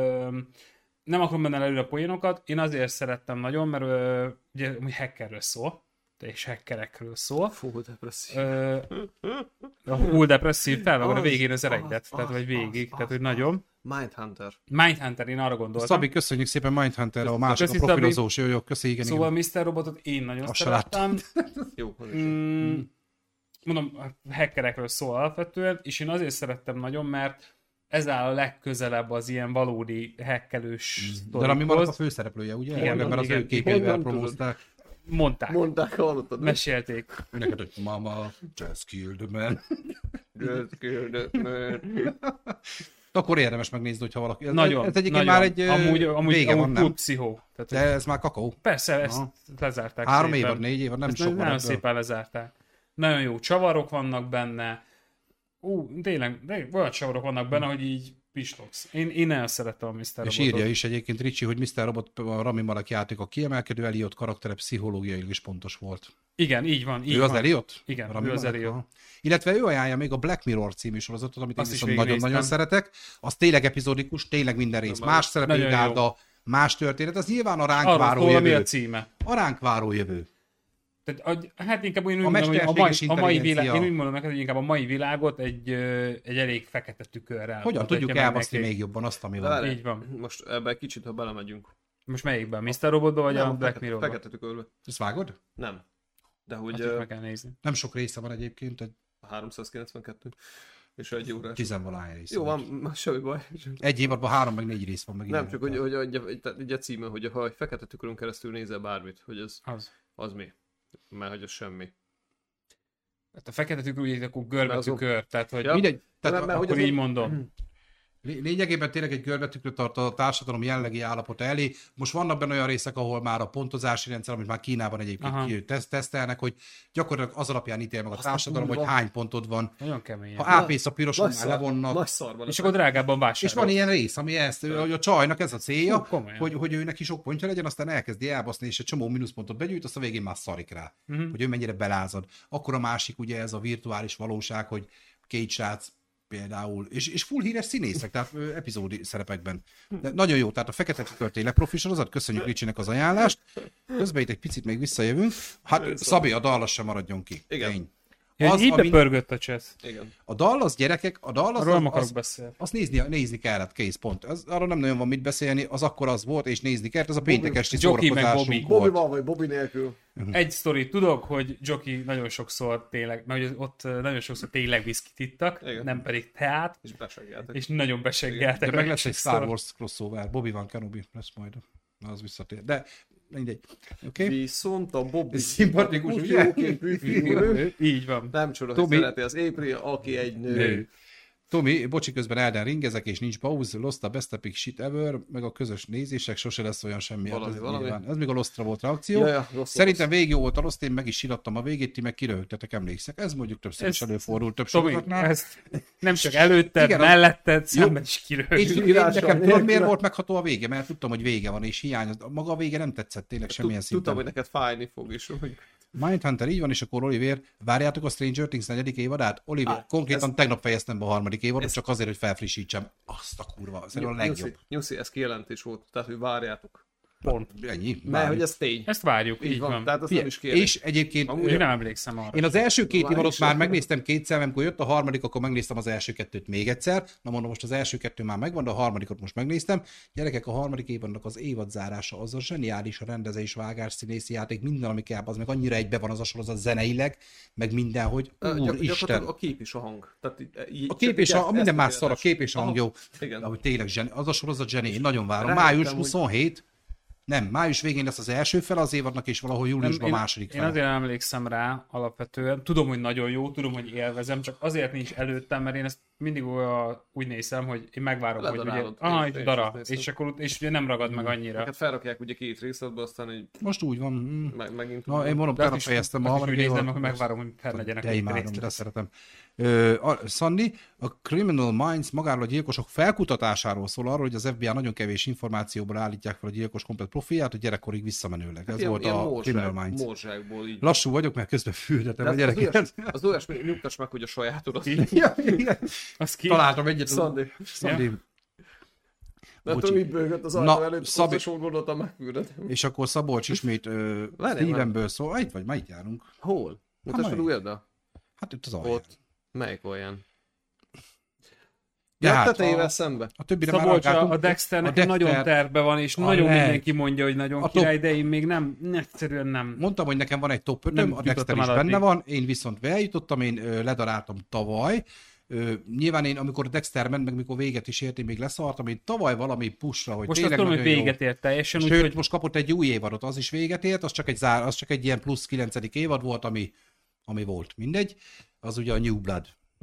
Nem akarom benne előre a poénokat, én azért szerettem nagyon, mert ugye hackerről szól, és hackerekről szól. Full depresszív. A full depresszív felvegod a végén az eredet, tehát vagy végig, tehát hogy nagyon. Mindhunter, én arra gondoltam. Szabi, köszönjük szépen Mindhunter, a másik a profilozós, jó, köszi, igen. Szóval Mr. Robotot én nagyon szerettem. Jó, mondom, hackerekről szól alapvetően, és én azért szerettem nagyon, mert ez áll a legközelebb az ilyen valódi hackelős sztorikhoz. De ami marad a főszereplője, ugye? Igen, mert az ő képeivel promózták. Mondták, hallottad. Mesélték. Neked, hogy mama, just killed the man. Just killed the man. Akkor érdemes megnézni, hogyha valaki... Nagyon, ez egyébként már egy vége van, nem? Pszichó. De ez már kakaó. Persze, ezt lezárták 3 évad, 4 évad, nem sok nagyon szépen lezárták. Nagyon jó csavarok vannak benne. Tényleg, olyan csavarok vannak benne, hogy így pislogsz. Én nagyon szeretem a Mr. Robotot. És írja is egyébként Ricsi, hogy Mr. Robot a Rami Malek játék a kiemelkedő, Elliot karaktere pszichológiailag is pontos volt. Igen, így van. Ő az Elliot? Igen, Rami ő az Malek? Elliot. Aha. Illetve ő ajánlja még a Black Mirror című sorozatot, amit Azt én is viszont nagyon-nagyon szeretek. Az tényleg epizódikus, tényleg minden rész. Más szereplőgárda, más történet. Az nyilván a ránk váró jövő. Mi a címe? A ránk váró jövő. Tehát, hát inkább úgy mondom, hogy a mai világ, én úgy mondom neked, hogy inkább a mai világot egy elég fekete tükörrel. Hogyan tudjuk elbaszni még jobban azt, ami van? Így van. Most ebbe egy kicsit, ha belemegyünk. Most melyikben? Mr. Robotba vagy a Black Mirrorba? Fekete tükörbe. Ezt vágod? Nem. De hogy... Azt meg kell nézni. Nem sok része van egyébként. 392. És egy órás. 10-valahány rész. Jó, van, semmi baj. Egy évadban 3 meg 4 rész van meg. Nem, csak hogy a címe, hogy ha egy fekete tükörön keresztül nézel bármit, hogy az mi? Mert hogy az semmi. Hát a fekete tükör, ugye akkor görbe tükör, tehát hogy... Ja. Mindegy, tehát akkor így mondom. Lényegében tényleg egy görbetükröt tart a társadalom jellegi állapota elé. Most vannak benne olyan részek, ahol már a pontozási rendszer, amit már Kínában egyébként tesztelnek, hogy gyakorlatilag az alapján ítél meg a társadalom, hogy hány pontod van. Nagyon kemény. Ha ápész a piroson, már levonnak. Nagy szarban. És akkor drágábban vásárol. És van ilyen rész, ami hogy a csajnak ez a célja, hogy ő neki sok pontja legyen, aztán elkezdi elbaszni, és egy csomó mínuszpontot begyűjt, azt a végén már szarik rá, hogy ő mennyire belázad. Akkor a másik ugye ez a virtuális valóság, hogy két srác például, és full híres színészek, tehát epizódi szerepekben. De nagyon jó, tehát a Fekete Tükör tényleg profi sorozat, köszönjük Ricsinek az ajánlást. Közben itt egy picit még visszajövünk. Hát Szabi, a Dallas sem maradjon ki. Igen. Így bepörgött a chat. Igen. A Dallas gyerekek, a Dallas arról akarok beszélni. Azt nézni kellett, kész pont. Arról nem nagyon van mit beszélni, az akkor az volt, és nézni kellett, az a péntek esti szórakozásunk volt. Bobby van, vagy Bobby nélkül. Egy sztori, tudok, hogy Jockey nagyon sokszor tényleg, mert ott nagyon sokszor tényleg viszkit ittak, nem pedig teát. És beseggeltek. És nagyon beseggeltek. De meg lesz egy Star Wars crossover, Bobby van Kenobi lesz majd. Az visszatér. De mindegy. Okay. Viszont a Bobby szimpatikus, ugye? Így van. Nem csoda, hogy szereti az April, aki egy nő. Tomi, bocsi, közben Elden ringezek, és nincs pauz, Lost a best epic shit ever, meg a közös nézések, sose lesz olyan semmi. Valami. Ez még a Lostra volt reakció. Szerintem végig jó volt a Lost, én meg is sírattam a végét, ti meg kiröhögtetek, emlékszek. Ez mondjuk többször is előfordult, több sorozatnál. Ez nem csak előtted, melletted, szemben is kiröhögtetek. Nekem tudod, miért volt megható a vége? Mert tudtam, hogy vége van, és hiányozott. Maga a vége nem tetszett tényleg semmilyen szinten. Tudtam, hogy neked fájni fog is. Mindhunter, így van, és akkor Oliver, várjátok a Stranger Things 4. évadát? Oliver, konkrétan tegnap fejeztem be a 3. évadot, csak azért, hogy felfrissítsem. Azt a kurva, szerintem a legjobb. Nyuszi, ez kijelentés volt, tehát, hogy várjátok. Pont. Ennyi. Mert hogy ez tény. Ezt várjuk, így van. Tehát azt nem is kérdés. És egyébként... Én nem emlékszem arra. Én az első 2 évadot már megnéztem 2-szer, amikor jött a 3., akkor megnéztem az első 2-t még egyszer. Na mondom, most az első 2 már megvan, de a 3. most megnéztem. Gyerekek, a 3. évadnak az évadzárása az a zseniális, a rendezés, vágás, színészi játék, minden, ami kell, az meg annyira egybe van az a sorozat zeneileg, meg mindenhogy. Úristen. A kép és a hang. Tehát a kép és a minden más szar, a kép és a hang jó. Ahogy tényleg zseni, az a sorozat zseni, én nagyon várom. Május 27. Nem, május végén lesz az első fel az évadnak, és valahol júliusban második fel. Én azért emlékszem rá alapvetően. Tudom, hogy nagyon jó, tudom, hogy élvezem, csak azért nincs előttem, mert én ezt mindig úgy nézem, hogy én megvárom, hogy ugye... és dara, és akkor és ugye nem ragad meg annyira. Hát felrakják ugye 2 részletbe, aztán egy... Most úgy van. Megint... Na, én mondom, tegnap fejeztem a 3. évadot. Akkor megvárom, hogy fel legyenek. De imádom, de szeretem. Sandy, a Criminal Minds magáról a gyilkosok felkutatásáról szól arról, hogy az FBI nagyon kevés információból állítják fel a gyilkos komplet profilját, a gyerekkorig visszamenőleg. Ez volt a Criminal Minds. Így. Lassú vagyok, mert közben fürdetem a gyereket. Az olyasmi, nyugtass meg, hogy a sajátodat. Találtam egyet. Sandy. Nem tudom, mit bőgött az ajtó előtt, pontosan gondoltam, megfürdetem. És akkor Szabolcs ismét Stevenből szól. Itt vagy, ma itt járunk. Hol? Mutass fel újra? Hát itt az alján. Melyik olyan? De hát tetejével szembe. A többire Szabolcs, már a Dexternek nagyon terve van, és nagyon mindenki mondja, hogy nagyon király, de én még nem, egyszerűen nem. Mondtam, hogy nekem van egy top 5-öm, a Dexter is benne van, én viszont eljutottam, én ledaráltam tavaly. Nyilván én, amikor a Dexter ment, meg mikor véget is ért, én még leszartam, én tavaly valami pushra, hogy most tényleg nagyon jó. Most azt tudom, hogy véget ért teljesen. Sőt, hogy most kapott egy új évadot, az is véget ért, az csak egy ilyen plusz 9. évad volt, ami volt. Mindegy. Az ugye a New Blood.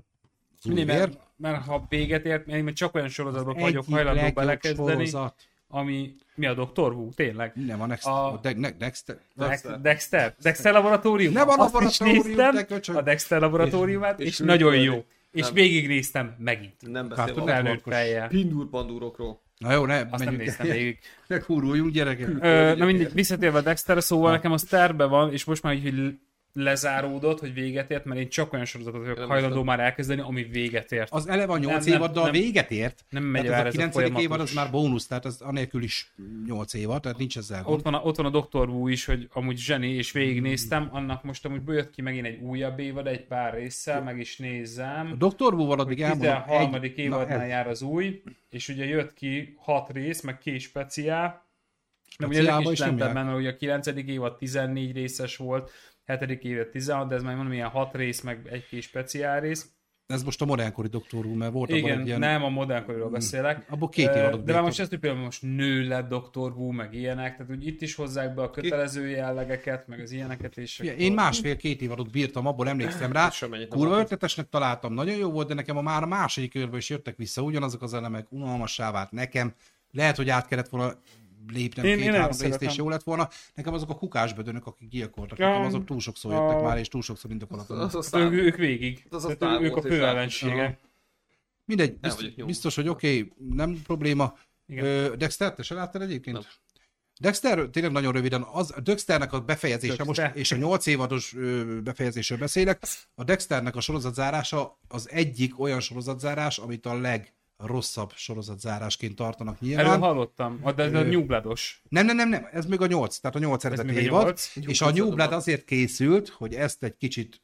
Mert ha véget ért, én csak olyan sorozatban vagyok hajlandó belekezdeni, ami... Mi a Dr. Who? Tényleg? Nem, Dexter. Dexter? Dexter laboratórium? Nem a laboratórium, a Dexter laboratóriumát, és nagyon jó. És végignéztem megint. Nem beszélve a fejjel. Pindur-pandúrokról. Na jó, azt nem néztem végig. Ne húruljunk, gyerekek. Na mindegy, visszatérve Dexterre, szóval nekem az terve van, és most már így lezáródott, hogy véget ért, mert én csak olyan sorozatot vagyok hajlandó már elkezdeni, ami véget ért. Az eleve a 8 évaddal véget ért. Nem megy el ez a 9. évad, az már bónusz, tehát az anélkül is 8 évad, tehát nincs ezzel gond. Ott van a Dr. Wu is, hogy amúgy zseni, és végignéztem, annak most amúgy bejött ki megint egy újabb évad, egy pár résszel, meg is nézzem. A Dr. Wu-val addig elmondom. 13. évadnál jár az új, és ugye jött ki 6 rész, meg 2 speciál. De ugye ezek is lentebb, mert ugye a 9. évad 14 részes volt, 7. évad 16, de ez már mondom ilyen 6 rész, meg egy-két speciál rész. Ez most a modernkori Dr. Who, mert volt abban egy ilyen... nem a modernkoriról beszélek. Abból 2 évadot de már most ezt, hogy például most nő lett Dr. Who, meg ilyenek, tehát úgy itt is hozzák be a kötelező jellegeket, meg az ilyeneket is. Én 1,5-2 évadot bírtam, abból emlékszem rá. Kurva ötletesnek találtam, nagyon jó volt, de nekem már a második évben is jöttek vissza ugyanazok az elemek, unalmassá vált nekem. Lehet, hogy át kellett volna lépnem 2-3 részt, és jó lett volna. Nekem azok a kukásbödönök, akik gyilkoltak, nekem azok túl sokszor jöttek már, és túl sokszor indokolatlan. Ők végig. Ők a fő ellenségek. Mindegy, biztos, hogy oké, nem probléma. Dexter, te se láttad egyébként? Nem. Dexter, tényleg nagyon röviden, a Dexternek a befejezése most, és a 8 évados befejezésről beszélek, a Dexternek a sorozatzárása az egyik olyan sorozatzárás, amit a legrosszabb sorozatzárásként tartanak nyilván. Erről hallottam, de ez a New Blood-os. Nem, ez még a 8, tehát a 8 eredeti évad, és a New Blood azért készült, hogy ezt egy kicsit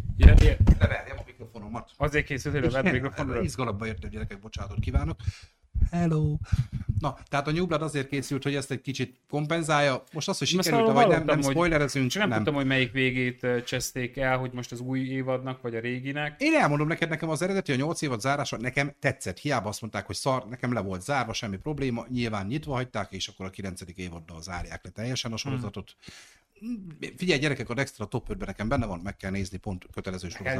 leverjem a mikrofonomat. Azért készült, hogy leverd a mikrofonomat. Izgalomba értem, gyerekek, bocsánatot kívánok. Hello! Na, tehát a New Blood azért készült, hogy ezt egy kicsit kompenzálja. Most az, hogy sikerült, vagy nem spoilerezünk. Csak nem tudtam, hogy melyik végét cseszték el, hogy most az új évadnak, vagy a réginek. Én elmondom neked, nekem az eredeti, a 8 évad zárása nekem tetszett. Hiába azt mondták, hogy szar, nekem le volt zárva, semmi probléma. Nyilván nyitva hagyták, és akkor a 9. évaddal zárják le teljesen a sorozatot. Figyelj, gyerekek, a Dexter a top 5-ben nekem benne van, meg kell nézni, pont kötelező sorozat.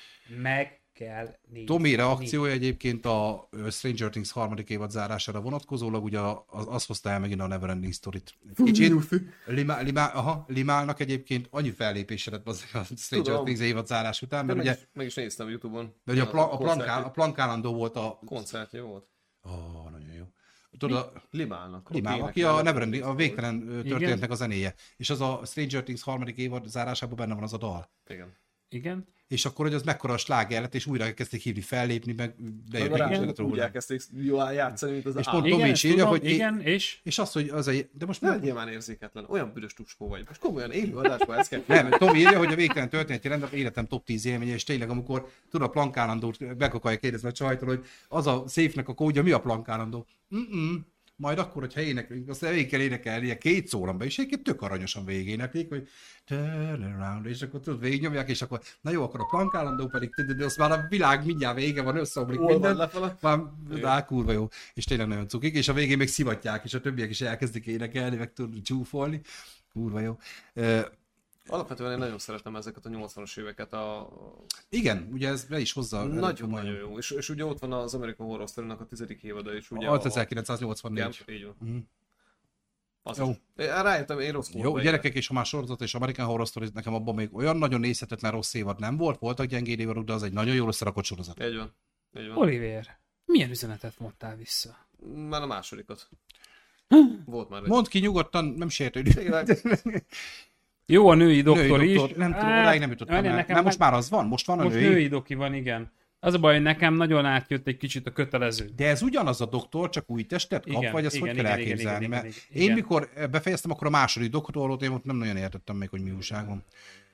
Meg kell nézni. Tomi reakciója egyébként a Stranger Things 3. évad zárására vonatkozólag, ugye az hozta el megint a Neverending Story-t. Kicsit limálnak egyébként, annyi fellépésre lett a Stranger Things évad zárás után, mert ugye... Meg is néztem YouTube-on. De ugye a Plank állandó volt a... Koncertje volt. Nagyon jó. Tudod, Limálnak, aki a Neverending, a végtelen történetnek a zenéje. És az a Stranger Things 3. évad zárásában benne van az a dal. Igen. És akkor, hogy az mekkora sláger lett, és újra elkezdték hívni fellépni, meg bejött úgy elkezdték jól játszani, mint az és pont Tomi is írja, hogy... Igen, és azt, hogy az de most nem nyilván érzéketlen, olyan büdös tuskó vagy. Most komolyan élő adásban ezt kell... Nem, Tomi írja, hogy a végtelen történeti rend, életem top 10 élménye, és tényleg, amikor tud a Plank állandót, meg akarja kérdezni a csajtól, hogy az a széfnek a kódja, mi a Plank állandó? Majd akkor, hogyha éneklünk, azt végig kell énekelni, ilyen 2 szólamba, és egyébként tök aranyosan végigéneklik, hogy turn around, és akkor tudod, végignyomják, és akkor, na jó, akkor a Plank állandó pedig, de azt már a világ mindjárt vége van, összeomlik minden, már kurva jó, és tényleg nagyon cukik, és a végén még szivatják, és a többiek is elkezdik énekelni, meg tudod csúfolni, kurva jó. Alapvetően én nagyon szeretem ezeket a 80-as éveket. Igen, ugye ez be is hozza. Nagyon jó. És ugye ott van az American Horror Story-nak a 10. évada is. Ugye 1984. Igen, így van. Jó. Rájöttem, én rossz jó, gyerekek, és ha már sorozat és American Horror Story, nekem abban még olyan nagyon nézhetetlen rossz évad nem volt, voltak gyengéd évadok, de az egy nagyon jól összerakott sorozat. Így van. Oliver, milyen üzenetet mondtál vissza? Már a másodikat. Volt már egy. Mondd ki nyugodtan, nem sértődik. Jó, a női doktor is. Nem tudom, odáig nem jutottam el. Mert most már az van, most van a női. Most női doki van, igen. Az a baj, hogy nekem nagyon átjött egy kicsit a kötelező. De ez ugyanaz a doktor, csak új testet kap, igen, vagy ezt hogy kell elképzelni? Mert én mikor befejeztem, akkor a második doktorot, én ott nem nagyon értettem még, hogy mi újság van.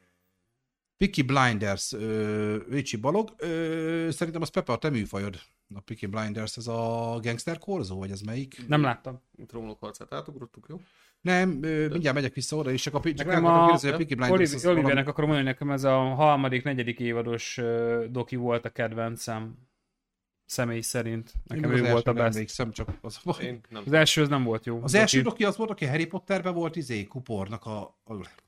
Peaky Blinders, Ricsi Balog, szerintem az Pepe a te műfajod. A Peaky Blinders, ez a gangster korzó, vagy ez melyik? Nem láttam. Trónok harcát átugrottuk, jó? Nem, mindjárt megyek vissza oda, és csak a Peaky Blinders... Olivernek akarom mondani, nekem ez a 3., 4. évados doki volt a kedvencem. Személy szerint. Nekem ő volt a best. Csak az első az nem volt jó. Az első doki az volt, aki Harry Potterben volt, Kupornak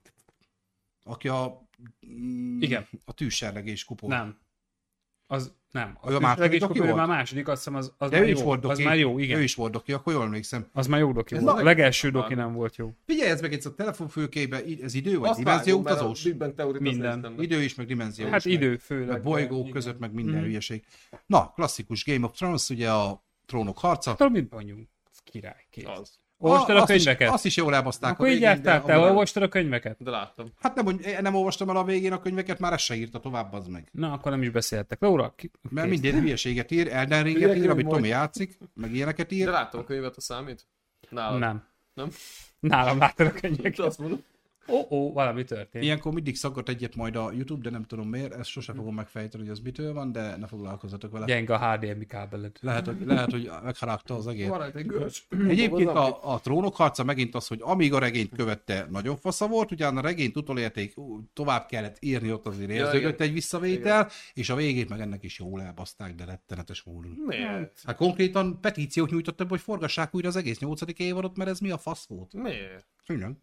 aki igen. A tűzserlegés Kupor. Nem. Az Nem. A második doki volt? Már második, azt hiszem az már jó. Az már jó, igen. Ő is volt doki, akkor jól emlékszem. Az már jó doki volt. A legelső doki nem volt jó. Figyelj, ez meg egy telefonfülkébe, ez idő vagy dimenzió utazós? Minden. Idő is, meg dimenzió. Hát idő főleg. Meg bolygók között, meg minden hülyeség. Na, klasszikus Game of Thrones, ugye a Trónok harca. Hát mit mondjunk? Király, kész. Olvastad a könyveket? Azt is jól elbaszták. Akkor így jártál, te olvastad a könyveket? De láttam. Hát nem olvastam el a végén a könyveket, már ezt se írta tovább, az meg. Na, akkor nem is beszéltek. Laura, mert minden hülyeséget ír, Elden Ringet ír, amit Tomi játszik, meg ilyeneket ír. De láttam a könyvet, a számít? Nálam. Nem? Nálam láttad a könyveket. Azt mondom. Valami történt. Ilyenkor mindig szaggat egyet majd a YouTube, de nem tudom miért, ezt sose fogom megfejteni, hogy az mitől van, de ne foglalkozzatok vele. Gyenge a HDMI kábeled. Lehet, hogy megharagta az egér. Van egy görcs. Egyébként a Trónok harca megint az, hogy amíg a regényt követte, nagyon fasza volt, utána a regényt utolérték, tovább kellett írni, ott azért érződött egy visszavétel, igen. És a végét meg ennek is jól elbaszták, de rettenetes módon. Miért? Hát konkrétan petíciót nyújtottak, hogy forgassák újra az egész 8. évadot, mert ez mi a fasz volt? Miért? Igen.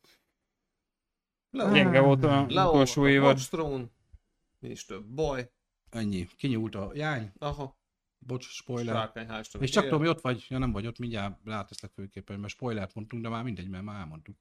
Gyenge volt a utolsó évad. Nincs több baj. Ennyi. Kinyúlt a jány. Aha. Bocs, spoiler. Sárkányhástom. És csak Tomi ott vagy? Ja, nem vagy ott, mindjárt ráteszlek főképpen, mert spoilert mondtunk, de már mindegy, mert már elmondtuk.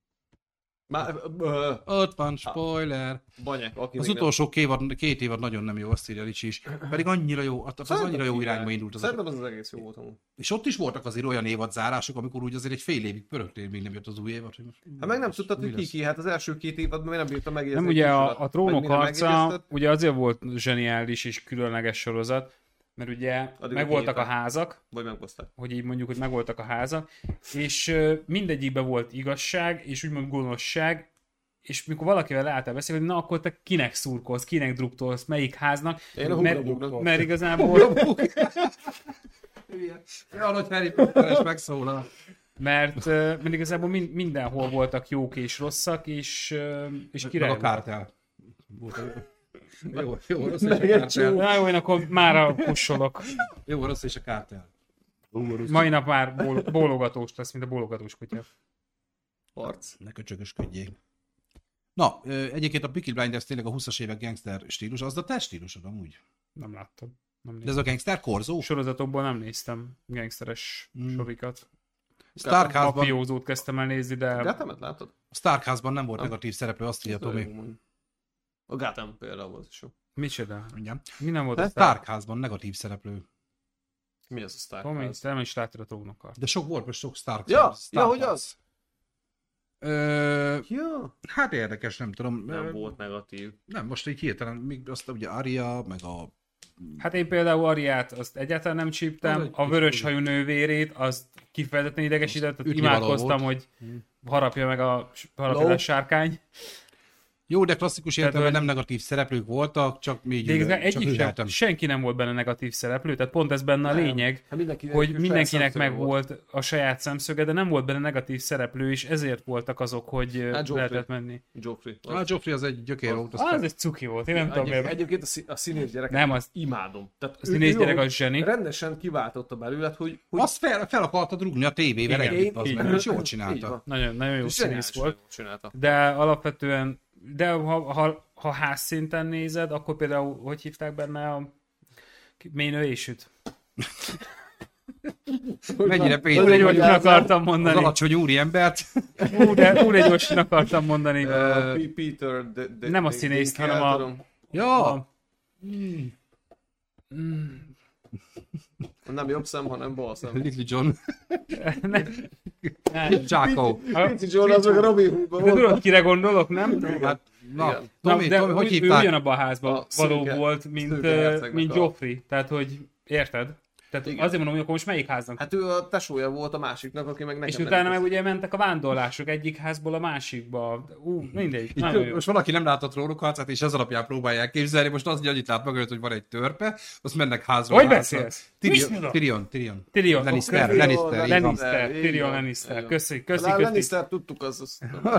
Ott van, spoiler. Banyek, aki az utolsó két évad nagyon nem jó, azt írja Ricsi is. Pedig annyira jó, az annyira jó irányba indult. Szerintem az egész jó volt amúgy. És ott is voltak azért olyan évadzárások, amikor úgy azért egy fél évig pörögtél, még nem jött az új évad. Hogy most, hát meg nem tudtad, hogy ki, hát az első 2 évadban nem bírtam megérzni. Nem, ugye a Trónok harca, ugye azért volt zseniális és különleges sorozat, mert ugye megvoltak a házak, vagy megbaszták. Hogy így mondjuk, hogy megvoltak a házak, és mindegyikben volt igazság, és úgymond gonoszság, és mikor valakivel leálltál beszélni, hogy na akkor te kinek szurkolsz, kinek druktolsz, melyik háznak, mert igazából... Ja, nagy Harry Potter-es megszólal. Mert igazából mindenhol voltak jók és rosszak, és király. A kártel. Jó, rossz és a kártel. Na jó, én akkor mára kussolok. Jó, rossz és a kártel. Mai nap már bólogatós lesz, mint a bólogatós kutya. Harc. Ne köcsögösködjék. Na, egyébként a Peaky Blinders tényleg a 20-as évek gangster stílus, az a te stílusod amúgy? Nem láttam. De ez a gangster korzó? Sorozatokból nem néztem gangsteres sorikat. Starkházban... Mafiózót kezdtem el nézni, de... Gothamet látod? A Starkházban nem volt negatív szereplő, azt írja Tomi. A Gotham például volt is jó. Micsoda? Igen. Mi nem volt a Starkházban negatív szereplő. Mi az a Starkház? Tomi, te nem is láttad a Trónokat. De sok volt, most sok Starkház. Ja, hogy az? Ja. Hát érdekes, nem tudom. Nem volt negatív. Nem, most így hirtelen, még azt ugye Arya, meg a... Hát én például Ariát azt egyáltalán nem csíptem, a vöröshajú nővérét azt kifejezetten idegesített, imádkoztam, hogy harapja meg a sárkány. Jó, de klasszikus értelemben nem negatív szereplők voltak, csak mi így senki nem volt benne negatív szereplő, tehát pont ez benne a lényeg, hogy mindenkinek meg volt a saját szemszöge, de nem volt benne negatív szereplő, és ezért voltak azok, hogy lehetett menni. Joffrey az egy gyökér volt. Az egy cuki volt, én nem tudom miért. Egyébként a színész gyereket imádom. A színész gyerek az zseni. Rendesen kiváltotta belőle, hogy... Azt fel akartad rúgni a tévével együtt, az meg, és jól csinálta. Nagyon jó színész volt. De alapvetően de ha házszinten nézed, akkor például, hogy hívták benne a ménőésűt? Mennyire gyorsan akartam mondani. Az alacsony úriembert. De gyorsan akartam mondani. Peter... Nem a színészt, hanem a... Ja! Nem jobb szem, hanem bal szem. Little John. Jaco. Little John az meg Robin Hoodban volt. Tudod, kire gondolok, nem? Hát, Tomi, hogy hívták? Ő ugyanabban a házban való volt, mint Joffrey. Tehát, hogy érted? Tehát igen. Azért mondom, hogy akkor most melyik háznak? Hát ő a tesója volt a másiknak, aki meg nekem. És utána meg ugye mentek a vándorlások egyik házból a másikba. Mindegy. Most valaki nem látott Trónok harcát, és ez alapján próbálják képzelni. Most az, hogy annyit lát maga, hogy van egy törpe, azt mennek házról. Hogy beszélsz? Tyrion. Lannister. Köszi. Lannister tudtuk az.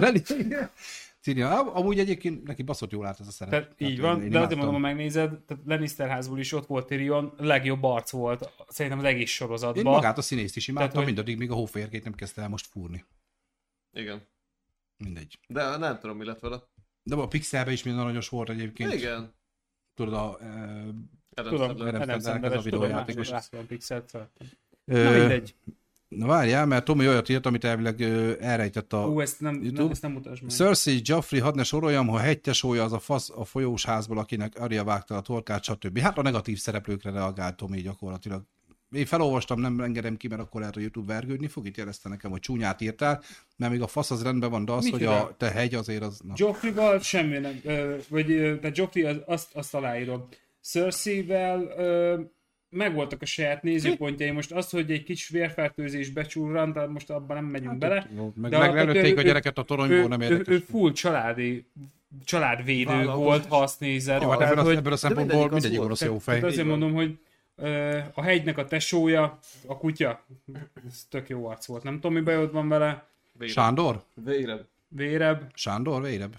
Amúgy egyébként neki baszott jól állt ez a szerep. Tehát így van, de azért mondom, ha megnézed, tehát Lannister házból is ott volt Tyrion, legjobb arc volt szerintem az egész sorozatban. Én magát a színészt is imádtam, mindaddig, míg a hófehérkét nem kezdte el most fúrni. Igen. Mindegy. De nem tudom, mi lett vele. De a Pixelben is minden aranyos volt egyébként. Igen. Tudod, Tudom, Adam Sandler-es, tudom, láttam Pixelt szerettem. Na mindegy. Na várjál, mert Tomi olyat írt, amit elvileg elrejtett a ezt nem mutasd meg. Cersei, Joffrey, hadd ne soroljam, ha hegytesója az a fasz a folyós házból, akinek Arya vágta a torkát, stb. Hát a negatív szereplőkre reagált Tomi gyakorlatilag. Én felolvastam, nem engedem ki, mert akkor lehet a YouTube vergődni fog, itt jelezte nekem, hogy csúnyát írtál, mert még a fasz az rendben van, de az, hogy a te hegy azért az... Joffrey-val semmi nem, de Joffrey azt aláírom. Cersei-vel megvoltak a saját nézőpontjai. Most az, hogy egy kis vérfertőzés becsúrrant, most abban nem megyünk bele. Meglőtték a gyereket a toronyból, nem érdekes. Ő full családvédő volt, ha azt nézed. Jó, ebből a szempontból mindegyik orosz jó fej. Azért mondom, hogy a hegynek a tesója, a kutya, ez tök jó arc volt. Nem tudom, mi bajod van vele. Vérebb. Sándor? Vérebb. Sándor, vérebb.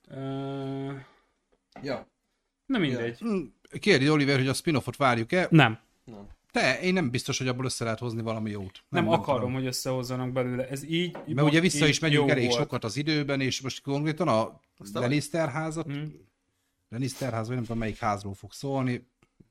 Ja. Nem mindegy. Kérdi Oliver, hogy a spin-offot várjuk-e? Nem. Én nem biztos, hogy abból össze lehet hozni valami jót. Nem akarom, hogy összehozzanak belőle. Ez így. Mert ugye vissza is megyünk elég volt. sokat az időben, és most konkrétan a Lannister házat, Lannister ház, vagy nem tudom melyik házról fog szólni.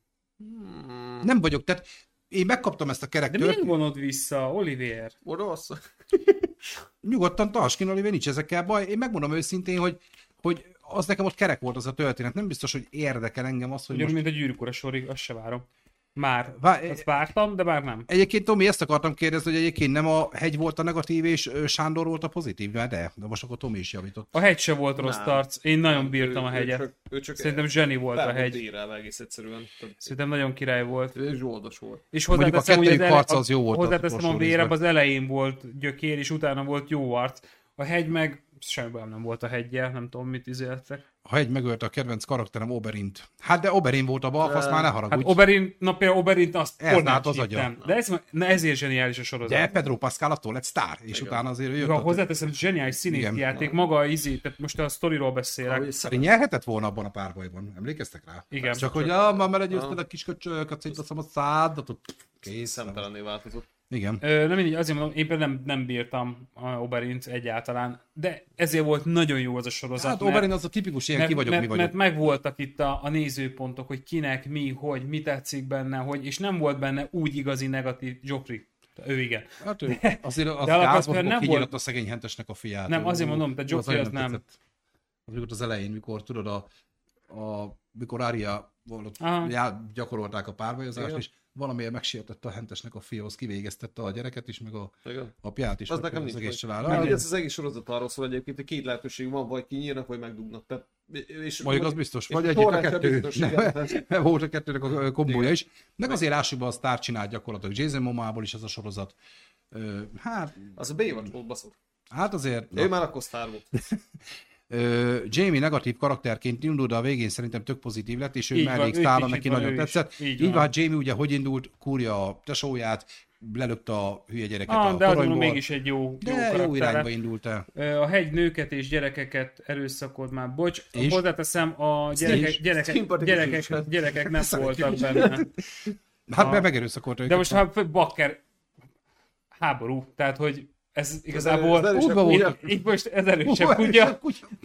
Nem vagyok, tehát én megkaptam ezt a kerektört. De miért vonod vissza, Oliver? Orosz? Nyugodtan tarts ki, Oliver, nincs ezekkel baj. Én megmondom őszintén, hogy az nekem ott kerek volt az a történet. Nem biztos, hogy érdekel engem az, hogy most... mint a Gyűrűk Ura sorig, azt se várom. Már. Ezt vártam, de már nem. Egyébként, Tomi, ezt akartam kérdezni, hogy egyébként nem a hegy volt a negatív, és Sándor volt a pozitív, de most akkor Tomi is javított. A hegy se volt rossz arc. Én nagyon bírtam a hegyet. Szerintem zseni volt a hegy. Egész egyszerűen. Szerintem nagyon király volt. És zsoldos volt. És mondjuk a kettőjük harca az jó volt. Hozzáteszem, a vérebb az elején volt gyökér, és utána volt jó arc. A hegy meg semmiben nem volt a heggyel, nem tudom, mit izéltek. A hegy megölte a kedvenc karakterem Oberint. Hát de Oberyn volt a balfasz, már ne haragudj. Hát Oberyn, például Oberint azt pont az agya. De ezért zseniális a sorozat. De Pedro Pascal attól lett sztár, és igen. Utána azért jött. Hozzáteszem, zseniális színész játék, maga a tehát most a sztoriról beszélek. Nyerhetett volna abban a párbajban, emlékeztek rá? Igen. Csak hogy már legyőzted a kis köcsöket, szétaszom a szádat, kész. Szemtelenné változott. Igen. Nem mindig, azért mondom, én például nem bírtam Oberint egyáltalán, de ezért volt nagyon jó az a sorozat. Hát Oberyn az a tipikus ilyen ki vagyok, mi vagyok. Mert megvoltak itt a nézőpontok, hogy kinek, mi tetszik benne, és nem volt benne úgy igazi negatív Joffrey. Ő igen. Hát ő, azért az gáz volt, akkor kinyírt a szegény hentesnek a fiát. Nem, azért mondom, de Joffrey az nem. Az elején, mikor tudod, mikor Arya gyakorolták a párbajozást, és valamiért megsértette a hentesnek a fihoz, kivégeztette a gyereket is, meg a apját is. Az nekem nincs egész család. Ez az egész sorozat arról szól egyébként, hogy két lehetőség van, vagy kinyírnak, vagy megdugnak. Tehát, mondjuk az biztos, vagy egyik a kettő. Nem volt a kettőnek a kombója is. Meg azért lássuk be, a sztár csinált gyakorlatilag. Jason Momoából is ez a sorozat. Hát... Az a Baywatch volt baszott. Hát azért... Ő már akkor sztár volt. Jamie negatív karakterként indult, de a végén szerintem tök pozitív lett, és ő melléksztálon neki nagyon tetszett. Így van, hát Jamie ugye hogy indult, kúrja a tesóját, lelökte a hülye gyereket a de azon mégis egy jó karakter. Jó irányba indult el. A hegy nőket és gyerekeket erőszakod már, bocs, hozzáteszem, a gyerekek nem voltak benne. Hát megerőszakolt őket. De most Bakker háború, tehát hogy ez igazából így most ez erősebb kutya.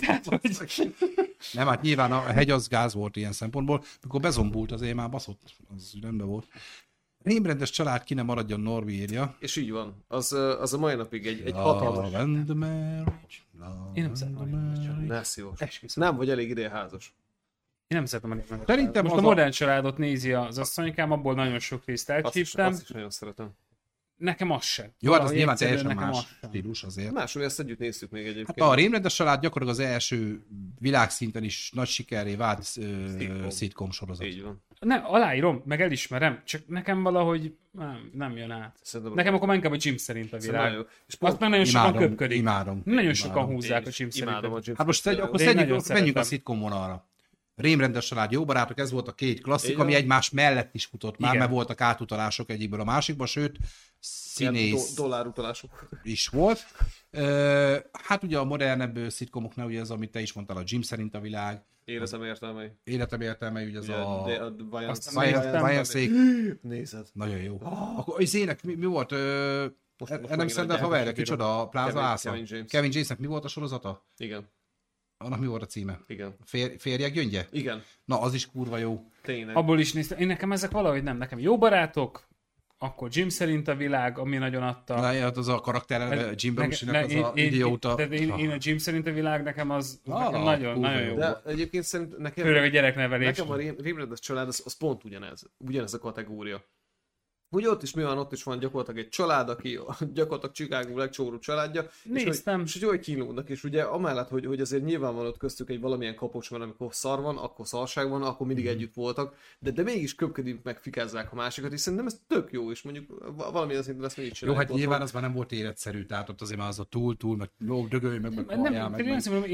Nem, hát nyilván a hegy az gáz volt ilyen szempontból. Mikor bezombult, azért már baszott, az rendben volt. Rémrendes család ki ne maradjon, Norbi írja. És így van. Az a mai napig egy hatalmas... Én nem szeretem a rémrendes család. Ne szívos. Nem vagy elég ideje házas. Én nem szeretem a rémrendes család. Most a modern családot nézi az asszonykám, abból nagyon sok részt elcsíptem. Azt is nagyon szeretem. Nekem az sem. Jó, hát az nyilván teljesen más stílus azért. Máshol ezt együtt néztük még egyébként. Hát a Rémrendes család gyakorlatilag az első világszinten is nagy sikerré vált szitcom sorozat. Így van. Nem, aláírom, meg elismerem, csak nekem valahogy nem jön át. Szerintem nekem akkor inkább a Jim szerint a világ. És azt meg nagyon sokan köpködik. Nagyon sokan húzzák a Jim szerint. Hát most akkor menjünk a szitcom vonalra. Rémrendes család, jó barátok, ez volt a két klasszik, ami egymás mellett is futott már, mert voltak átutalások egyikből a másikba, sőt, színész dollárutalások is volt. Hát ugye a modernebb szitkomoknál, ugye ez, amit te is mondtál, a Jim szerint a világ. Életem értelmei. Életem értelmei, ugye az a Vajanszék. Nézed. Nagyon jó. Akkor az ének mi volt? Nem Sandler haverja, kicsoda a Plaza Ásza. Kevin Jamesnek mi volt a sorozata? Igen. Annak mi volt a címe? Igen. Férjek gyöngye? Igen. Na, az is kurva jó. Tényleg. Abból is néztem. Én nekem ezek valahogy nem. Nekem Jó barátok, akkor Jim szerint a világ, ami nagyon adta. Na, hát az a karakter, Jim Belushi-nek az a idióta. Én a Jim szerint a világ nekem az nekem nagyon jó. De egyébként szerint nekem... Főleg a gyereknevelés. Nekem a rémrendes család az pont ugyanez a kategória. Ugye ott is mi van, ott is van gyakorlatilag egy család, aki gyakorlatilag Chicago legcsóró családja. Néztem. És hogy jól kínlódnak, és ugye amellett, hogy azért nyilvánvaló ott köztük egy valamilyen kapocs van, amikor szar van, akkor szarság van, akkor mindig együtt voltak, de mégis köpködik meg fikázzák a másikat, és szerintem ez tök jó, és mondjuk valamilyen szinten ezt még így csinálják. Jó, hát nyilván az már nem volt életszerű, tehát ott azért már az a túl, meg dögölj, meg halljál, meg.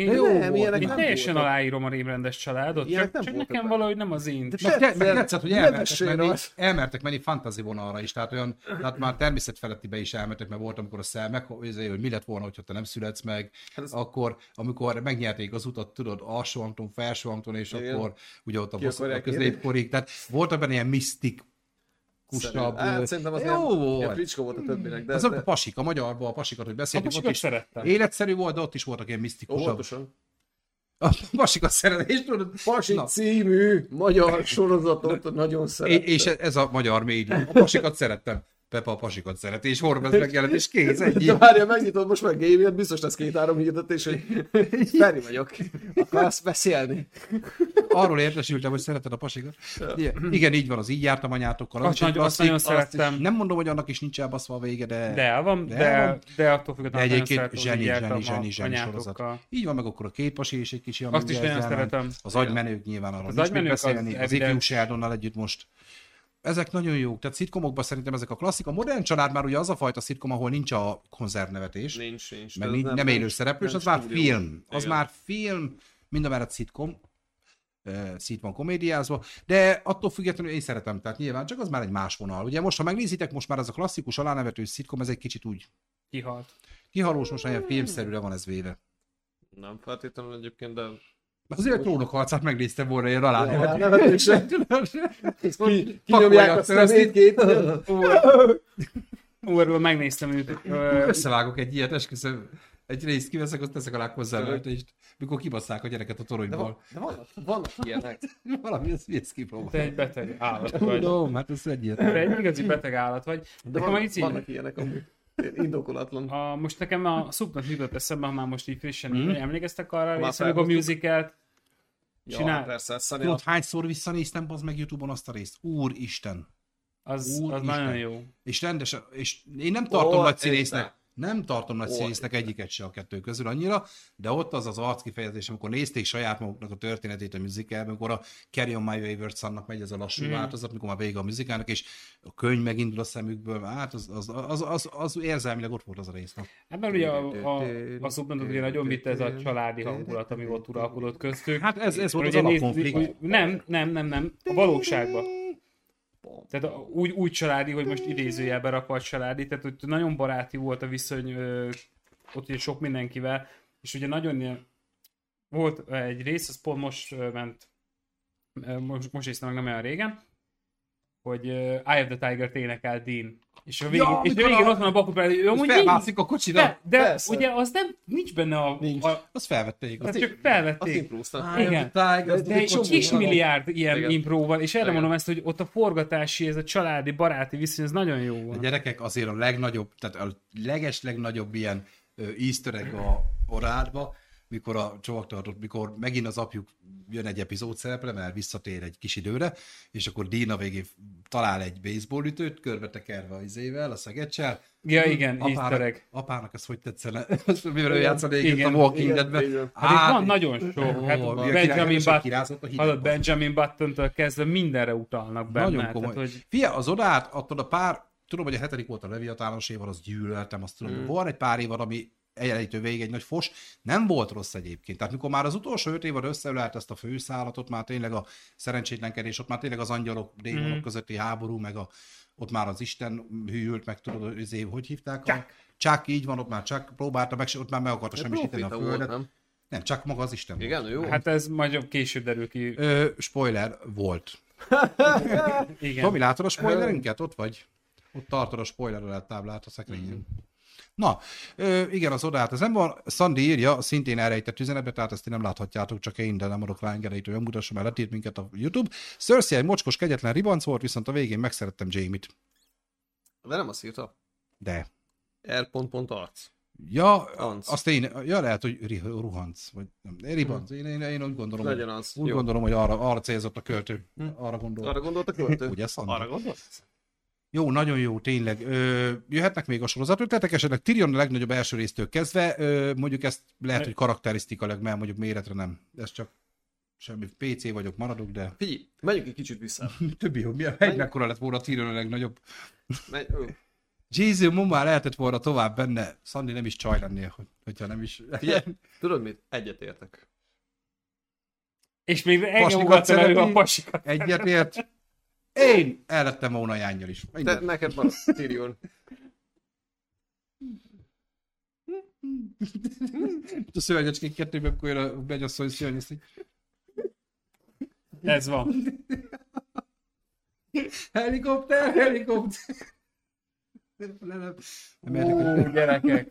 Én teljesen aláírom a rémrendes családot, csak nekem valahogy nem az én. Tetszett, hogy elmertek menni fantasy vonalra is, tehát már természetfelettibe is elmentek, mert volt, amikor a szelmek, hogy mi lett volna, hogyha te nem születsz meg, akkor, amikor megnyerték az utat, tudod, alsó hangton, felső hangton, és igen. Akkor ugye ott a középkorig, tehát voltak benne ilyen misztikusabb. Hát szerintem az jó fricska volt a többinek. Azok a pasik, a magyarban a pasikat, hogy beszéltünk, ott is szerettem. Életszerű volt, de ott is voltak ilyen misztikusabb. A pasikat szeretés, tudod? Pasi című magyar sorozatot nagyon szerettem. És ez a magyar média. A pasikat szerettem. Pepa a pasikat szeret, és Horváth megjelent, és kész, ennyi. De várja, megnyitod most meg Game-et, biztos lesz 2-3 hirdetés, hogy Feri vagyok. Akarsz beszélni? Arról értesültem, hogy szereted a pasikat. Igen, így van, az így jártam anyátokkal. Azt nagyon szerettem. Nem mondom, hogy annak is nincs elbaszva a vége, de... De attól függetlenül nagyon szeretem, zseni sorozat. Így van, meg akkor a két pasi és egy kicsi. Azt is nagyon szeretem. Az agymenők nyilván arról nincs mit beszélni. Az ifjú Sheldonnal együtt most. Ezek nagyon jók, tehát szitkomokban szerintem ezek a klasszik. A modern család már ugye az a fajta szitkom, ahol nincs a konzervnevetés. Nincs. Meg nem élő szereplős, az már film. Az már film, mindamellett szitkom. Szít van komédiázva, de attól függetlenül én szeretem, tehát nyilván csak az már egy más vonal. Ugye most, ha megnézitek, most már ez a klasszikus alánevető szitkom, ez egy kicsit úgy kihalós, most olyan filmszerűre van ez véve. Nem feltétlenül egyébként, de... Azért a Trónok harcát megnéztem volna ilyen alánevető. Nevetősen. Kinyomják a szemét Úrról megnéztem őt. Összevágok egy ilyet, esküszöm. Egy részt kiveszek, azt teszek alá hozzávetést, mikor kibasszák a gyereket a toronyból. De vannak ilyenek. Valami, ezt kipróbál. Te egy beteg állat vagy. No, hát ez egyet. Te egy igazi beteg állat vagy. De vannak ilyenek, amúgy indokolatlan. Most nekem a Szupnak jutott eszembe, ha már most így frissen emlékeztek arra a részre, amikor a musicalt csinál. Persze, tudod, hányszor visszanéztem az meg YouTube-on azt a részt? Úristen. Az nagyon jó. És rendesen, és én nem tartom nagy színésznek. Nem tartom nagy színésznek egyiket se a kettő közül annyira, de ott az az arckifejezés, amikor nézték saját maguknak a történetét a musicalben, amikor a Carry on My Wayward Sonnak megy ez a lassú változat, amikor már vége a musicalnak, és a könyv megindul a szemükből, hát az érzelmileg ott volt az a rész. Ebben ugye a Szupnak ugye nagyon vitte ez a családi hangulat, ami ott uralkodott köztük. Hát ez volt az alapkonfliktus. Nem, a valóságban. Tehát úgy családi, hogy most idézőjelbe rakva családi, tehát hogy nagyon baráti volt a viszony ott ugye sok mindenkivel, és ugye nagyon volt egy rész, az pont most ment, most néztem meg nem olyan régen, hogy Eye of the Tiger-t énekel Dean. És a végén ott van a bakupál, hogy amúgy felmászik a kocsira. De ugye az nem, nincs benne a... Azt felvették. Azt csak felvették. Igen. De egy kis milliárd ilyen impróval, és erre mondom ezt, hogy ott a forgatási, ez a családi, baráti viszony, ez nagyon jó van. A gyerekek azért a legnagyobb, tehát a legnagyobb ilyen easter egg a orádba, mikor a csomagtartót, mikor megint az apjuk jön egy epizód szerepre, mert visszatér egy kis időre, és akkor Dean a végén talál egy baseballütőt, körbetekerve az izével, a szegecsel. Ja, igen, easter egg. Apának ez hogy tetszene? Mivel ő játszani a Walking Deadben. Hát itt van nagyon sok. Hát Benjamin Button-től kezdve mindenre utalnak benne. Nagyon komoly. Hogy... Fia, az odát, attól a pár, tudom, hogy a 7. volt a Leviatános évad, az gyűlöltem, azt tudom, van egy pár évad, ami elejétől végig egy nagy fos, nem volt rossz egyébként. Tehát mikor már az utolsó 5 évad összeülelt ezt a főszállatot, már tényleg a szerencsétlenkedés, ott már tényleg az angyalok, démonok közötti háború, meg ott már az Isten hűlt, meg tudod, hogy hívták? Chuck, így van, ott már Chuck próbálta, ott már meg akarta semmisíteni a földet. Nem, Chuck maga az Isten volt. Igen, jó. Hát ez majd később derül ki. Spoiler, volt. Igen. Tomi, látod a spoilerünket? Ott vagy? Ott tartod a spoiler táblát a szekrényen. Na, igen, az odátezem van. Szandi írja, szintén elrejtett üzenetbe, tehát ezt nem láthatjátok, csak én, de nem adok rá engedélyt, hogy mutassam el, letírt minket a YouTube. Cersei egy mocskos, kegyetlen ribanc volt, viszont a végén megszerettem Jaime-t. De nem azt írta. De. R.arc. Ja, azt én, lehet, hogy Ruhanc, vagy nem, Ribanc, én úgy gondolom, legyen az. Úgy gondolom, hogy arra célzott a költő. Arra gondolt a költő? Ugye, Szandi? Arra gondolt? Jó, nagyon jó, tényleg. Jöhetnek még a sorozatok, tehát esetleg Tyrion a legnagyobb első résztől kezdve, mondjuk ezt lehet, hogy karakterisztikailag, mert mondjuk méretre nem. Ez csak semmi PC vagyok, maradok, de... Figyelj, menjünk egy kicsit vissza. Többi jó, mekkora lett volna a Tyrion a legnagyobb. Jason Momoa lehetett volna tovább benne, Szandi nem is csaj lennél, hogyha nem is... Figyelj, tudod mit? Egyetértek. És még engem ugattam elő a pasikat. Egyetért. Én ellettem volna Jánnyal is. Te neked van Tyrion. A szörnyecskék kettőben, amikor jön a begyasszony szörnyeszik. Ez van. Helikopter! Gyerekek.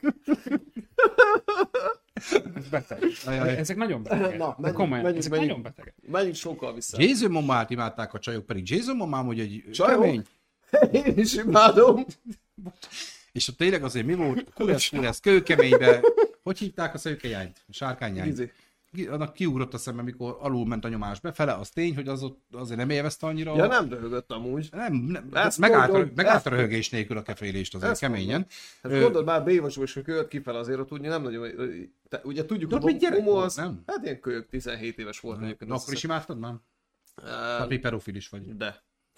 Ez beteg. Ezek nagyon betegek. Na, komolyan, ezek nagyon betegek. Menjünk sokkal vissza. Jason Momoát imádták a csajok, pedig Jason Momoa, hogy egy kemény. Én is imádom. És ott tényleg azért mi volt? Kulesz, kőkeménybe. Hogy hívták a szőkejányt? A sárkányjányt? Annak kiugrott a szemem, mikor alul ment a nyomás befele, az tény, hogy az ott azért nem élvezte annyira. Ja, nem röhögött amúgy. Nem megállt a röhögés nélkül a kefélést azért keményen. Hát gondold már, Bévasból is, hogy kölyök kifele azért ott úgy nem nagyon... Ugye tudjuk, hogy Momo az... Hát én kölyök 17 éves volt. Na, akkor is imádtad már? Hát mi pedofil is vagy. De.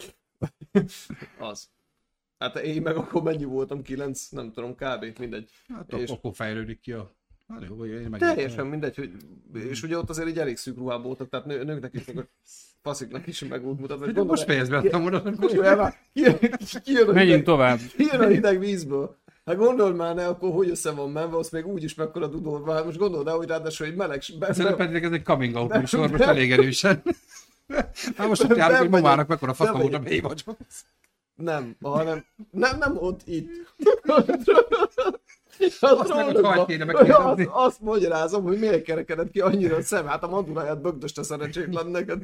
Az. Hát én meg akkor mennyi voltam? 9, nem tudom, kb. Mindegy. Hát akkor fejlődik ki a... Teljesen mindegy, hogy, és ugye ott azért egy elég szűk ruhában voltak, tehát nőknek is, meg a fasziknak is meg úgy mutatva. De most fejezd be, menjünk tovább. Kijön a hideg vízből. Hát gondold már ne, akkor hogy össze van menve, azt még úgyis mekkora dudorva. Hát most gondold el, hogy ráadásul egy meleg... Szerintem ez egy coming out műsor, most elég erősen. Hát most ott járunk, hogy Momának mekkora fasza volt a Baywatchban. Nem, hanem nem ott, itt. Azt magyarázom, hogy miért kerekedett ki annyira a szem, hát a maduráját bögdöst a szerencsétlen neked.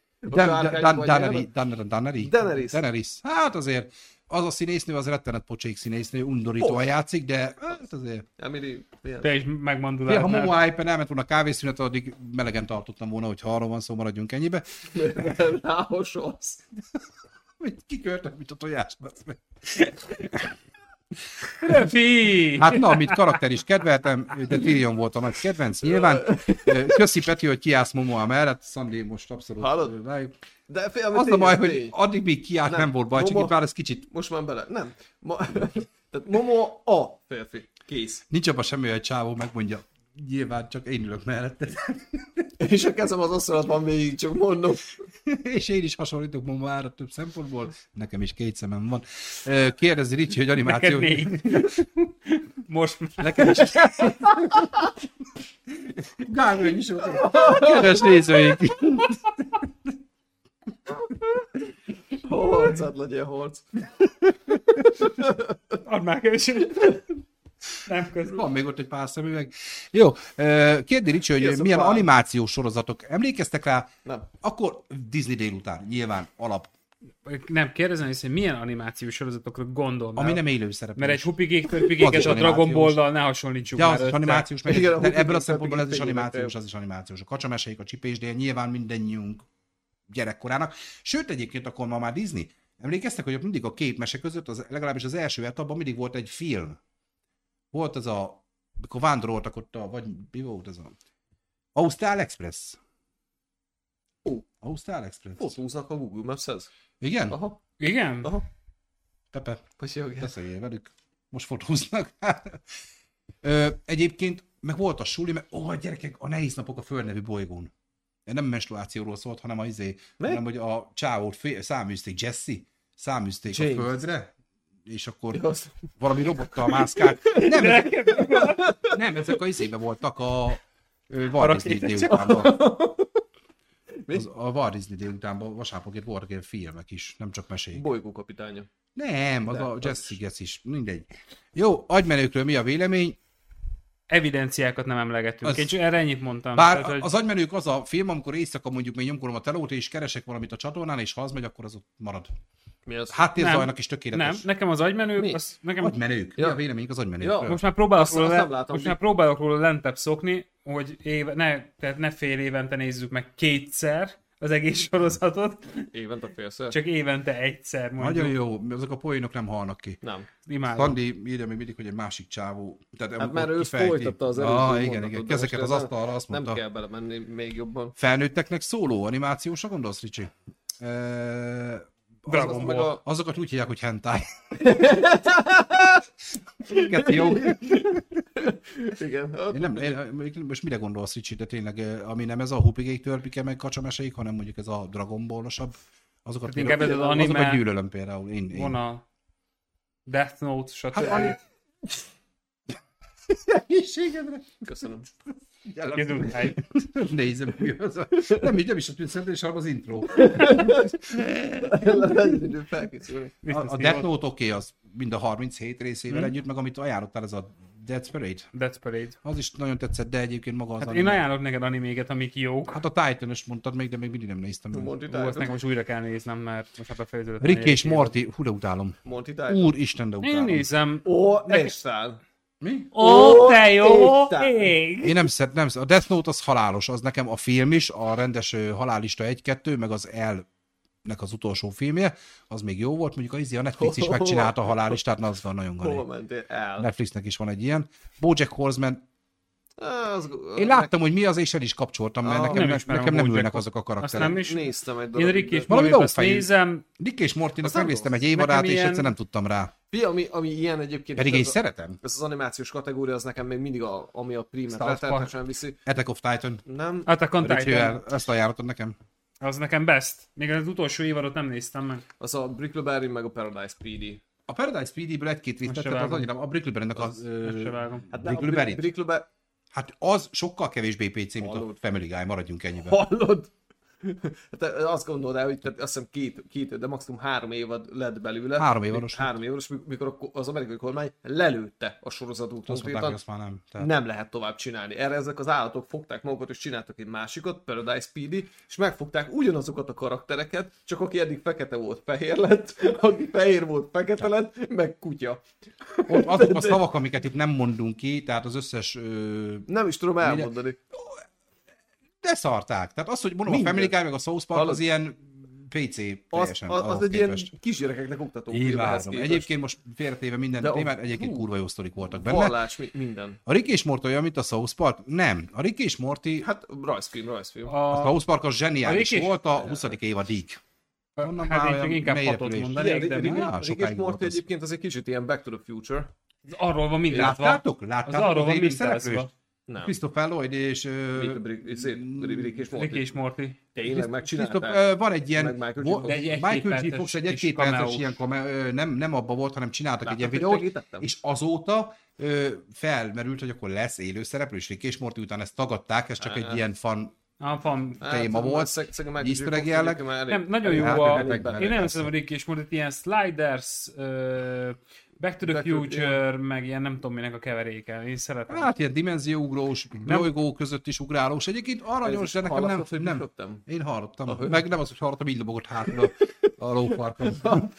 Daenerys. Hát azért az a színésznő, az rettenet pocsék színésznő, undorítóan játszik, de hát azért... Emily, te is megmondulál. Ha Momoa éppen elment volna a kávészünet, addig melegen tartottam volna, hogy ha arról van szó, maradjunk ennyibe. Ráhosolsz. Kikörtek, mint a tojást. Hát na, mint karakter is kedveltem, de Tyrion volt a nagy kedvenc. Nyilván köszi Peti, hogy kiállsz Momoa mellett, Szandi most abszolút... Hallod? De fél, az a baj, hogy addig még kiállt, nem volt baj, csak itt már ez kicsit... Most már bele, nem. Tehát Momoa a férfi. Kész. Nincs abban semmi, hogy egy csávó megmondja, nyilván csak én ülök mellette. És a kezem az asztalat van végig, csak mondom. És én is hasonlítok Momoára több szempontból. Nekem is 2 szemem van. Kérdezi Ricsi, hogy animáció... Neked 4. Most nekem is. Gábor is volt. Kedves nézőink! Holc, hát legyen holc. Add már kevésbé. Nem közben. Van még ott egy pár szemüveg. Jó, kérdi Ricsi, hogy milyen animációs sorozatok. Emlékeztek rá? Nem. Akkor Disney délután, nyilván alap. Nem, kérdezem, hogy milyen animációs sorozatokra gondolnál. Ami nem élő szereplő. Mert egy Hupigéket a Dragon Ball-dal ne hasonlítsuk már. De az animációs, de ebből a szempontból ez is animációs, az is animációs. A Kacsamesék, a Csipésdél nyilván mindennyiunk gyerekkorának. Sőt, egyébként akkor már Disney. Emlékeztek, hogy ott mindig a két mese között, legalábbis az első etapban mindig volt egy film. Volt az mikor vándoroltak ott vagy mi volt az Ausztrál Express. Ausztrál Express. Fotóznak a Google Maps-hez. Igen? Aha. Igen? Aha. Pepe, beszéljél velük. Most fotóznak. Egyébként meg volt a suli, meg gyerekek, a Nehéz napok a Föld nevű bolygón. Nem menstruációról szólt, hanem hanem hogy a csávót száműzték, Jesse, száműzték a Földre, és akkor valami robottal mászkált. Nem, ezek a izébe voltak a Walt Disney délutánban. A Walt Disney délutánban vasárnapokért voltak ilyen filmek is, nem csak mesék. Bolygókapitánya. Nem, az a Jesse Getz is, mindegy. Jó, agymenőkről mi a vélemény? Evidenciákat nem emlegetünk. Én csak erre ennyit mondtam. Bár tehát, hogy... az agymenők az a film, amikor éjszaka mondjuk még nyomkodom a telót, és keresek valamit a csatornán, és ha az megy, akkor az ott marad. Mi az? Háttérzajnak is tökéletes. Nem, nekem az agymenők... Agymenők. Mi a véleményünk az agymenőkről? Ja. Most már próbálok róla lentebb szokni, hogy tehát ne fél évente nézzük meg kétszer az egész sorozatot. Évente félszer? Csak évente egyszer mondjuk. Nagyon jó, azok a poénok nem halnak ki. Nem. Imádom. Szandi írja még mindig, hogy egy másik csávó. Tehát hát már ő folytatta az előző igen. Kezeket az asztalra, azt mondta. Nem kell belemenni még jobban. Felnőtteknek szóló animációsra gondolsz, Ricsi? Azokat úgy hívják, hogy hentai. Jó. Igen. Most mire gondolsz, Ricsi, de tényleg, ami nem ez a hupigék, törpike, meg kacsameseik, hanem mondjuk ez a Dragon Ball-osabb, azokat gyűlölöm például. Van a Death Note, stb. Egészségedre. Köszönöm. Nézzem, mi az. Nem is a tűnszerűen, hanem az intro. A Death Note oké, az mind a 37 részével együtt, meg amit ajánlottál, ez a Death Parade. Az is nagyon tetszett, de egyébként maga az én ajánlok neked animéget, amik jók. Hát a Titan-öst mondtad még, de még mindig nem néztem. Azt nekem most újra kell néznem, mert most hát a fejeződött. Rick és Morty, hú, de utálom. Úristen, de utálom. Én nézem. Mi? Te jó ég! Én nem szeretem. A Death Note az halálos, az nekem a film is, a rendes Halálista 1-2, meg az nek az utolsó filmje, az még jó volt, mondjuk a Netflix is megcsinálta a Halálistát, na az van nagyon Hova mentél el? Netflixnek is van egy ilyen. BoJack Horseman, én láttam, hogy mi az, és el is kapcsoltam, mert nekem nem ülnek azok a karakterek. Azt nem is néztem egy darabig. Én Rick és Morty-t nézem. Rick és Morty-nak megnéztem egy évadát, és egyszer nem tudtam rá. Ami ilyen egyébként... Pedig én szeretem. Ez az animációs kategória, az nekem még mindig ami a primet rettenetesen viszi. Attack of Titan. Nem. Attack on Titan. Ezt ajánlottad nekem. Az nekem best. Még az utolsó évadot nem néztem meg. Az a Brickleberry meg a Paradise PD. A Paradise PD-ből egy-két részt tettem, az annyira a Brickleberry-nek az... Brickleberry... Hát az sokkal kevésbé PC, mint a Family Guy, maradjunk ennyiben. Hallod? Hát azt gondolod el, hogy azt hiszem két, de maximum 3 évad lett belőle. 3 évados. 3 évados, mikor az amerikai kormány lelőtte a sorozatot konkrétan. Nem lehet tovább csinálni. Erre ezek az állatok fogták magukat, és csináltak egy másikat, Paradise PD, és megfogták ugyanazokat a karaktereket, csak aki eddig fekete volt, fehér lett, aki fehér volt, fekete lett, meg kutya. Azok a szavak, amiket itt nem mondunk ki, tehát az összes... Nem is tudom elmondani. De szarták. Tehát az, hogy mondom, a Family Guy meg a South Park az ilyen PC teljesen. Az egy ilyen kisgyerekeknek oktató filmhez képest. Egyébként most félretéve minden témát, egyébként kurva jó sztorik voltak benne. Vallás, minden. A Rick és Morty olyan, mint a South Park? Nem. A Rick és Morty... Hát rajzfilm. A South Park az zseniális volt a 20. évadig. Hát én inkább 6-ot mondanék, de Rick és Morty egyébként az egy kicsit ilyen Back to the Future. Arról van mindázva. Láttátok arról van mindázva. Christopher Lloyd és... Rick és Morty. Tényleg megcsinálták. Van egy ilyen... Michael G. Fox egy 1-2 perces ilyen nem abban volt, hanem csináltak egy ilyen videót, és azóta felmerült, hogy akkor lesz élő szereplő, és Rick és Morty után ezt tagadták, ez csak egy ilyen téma volt, easter egg jelleg. Nem, nagyon jó én nem hiszem, hogy Rick és Morty ilyen Sliders, Back to the Future, meg ilyen nem tudom minek a keveréke. Én szeretem. Hát ilyen dimenzióugrós, bolygó között is ugrálós. Egyébként aranyos, de nekem nem. Én hallottam. Meg nem az, hogy hallottam, így lobogott hátra a lófarkon.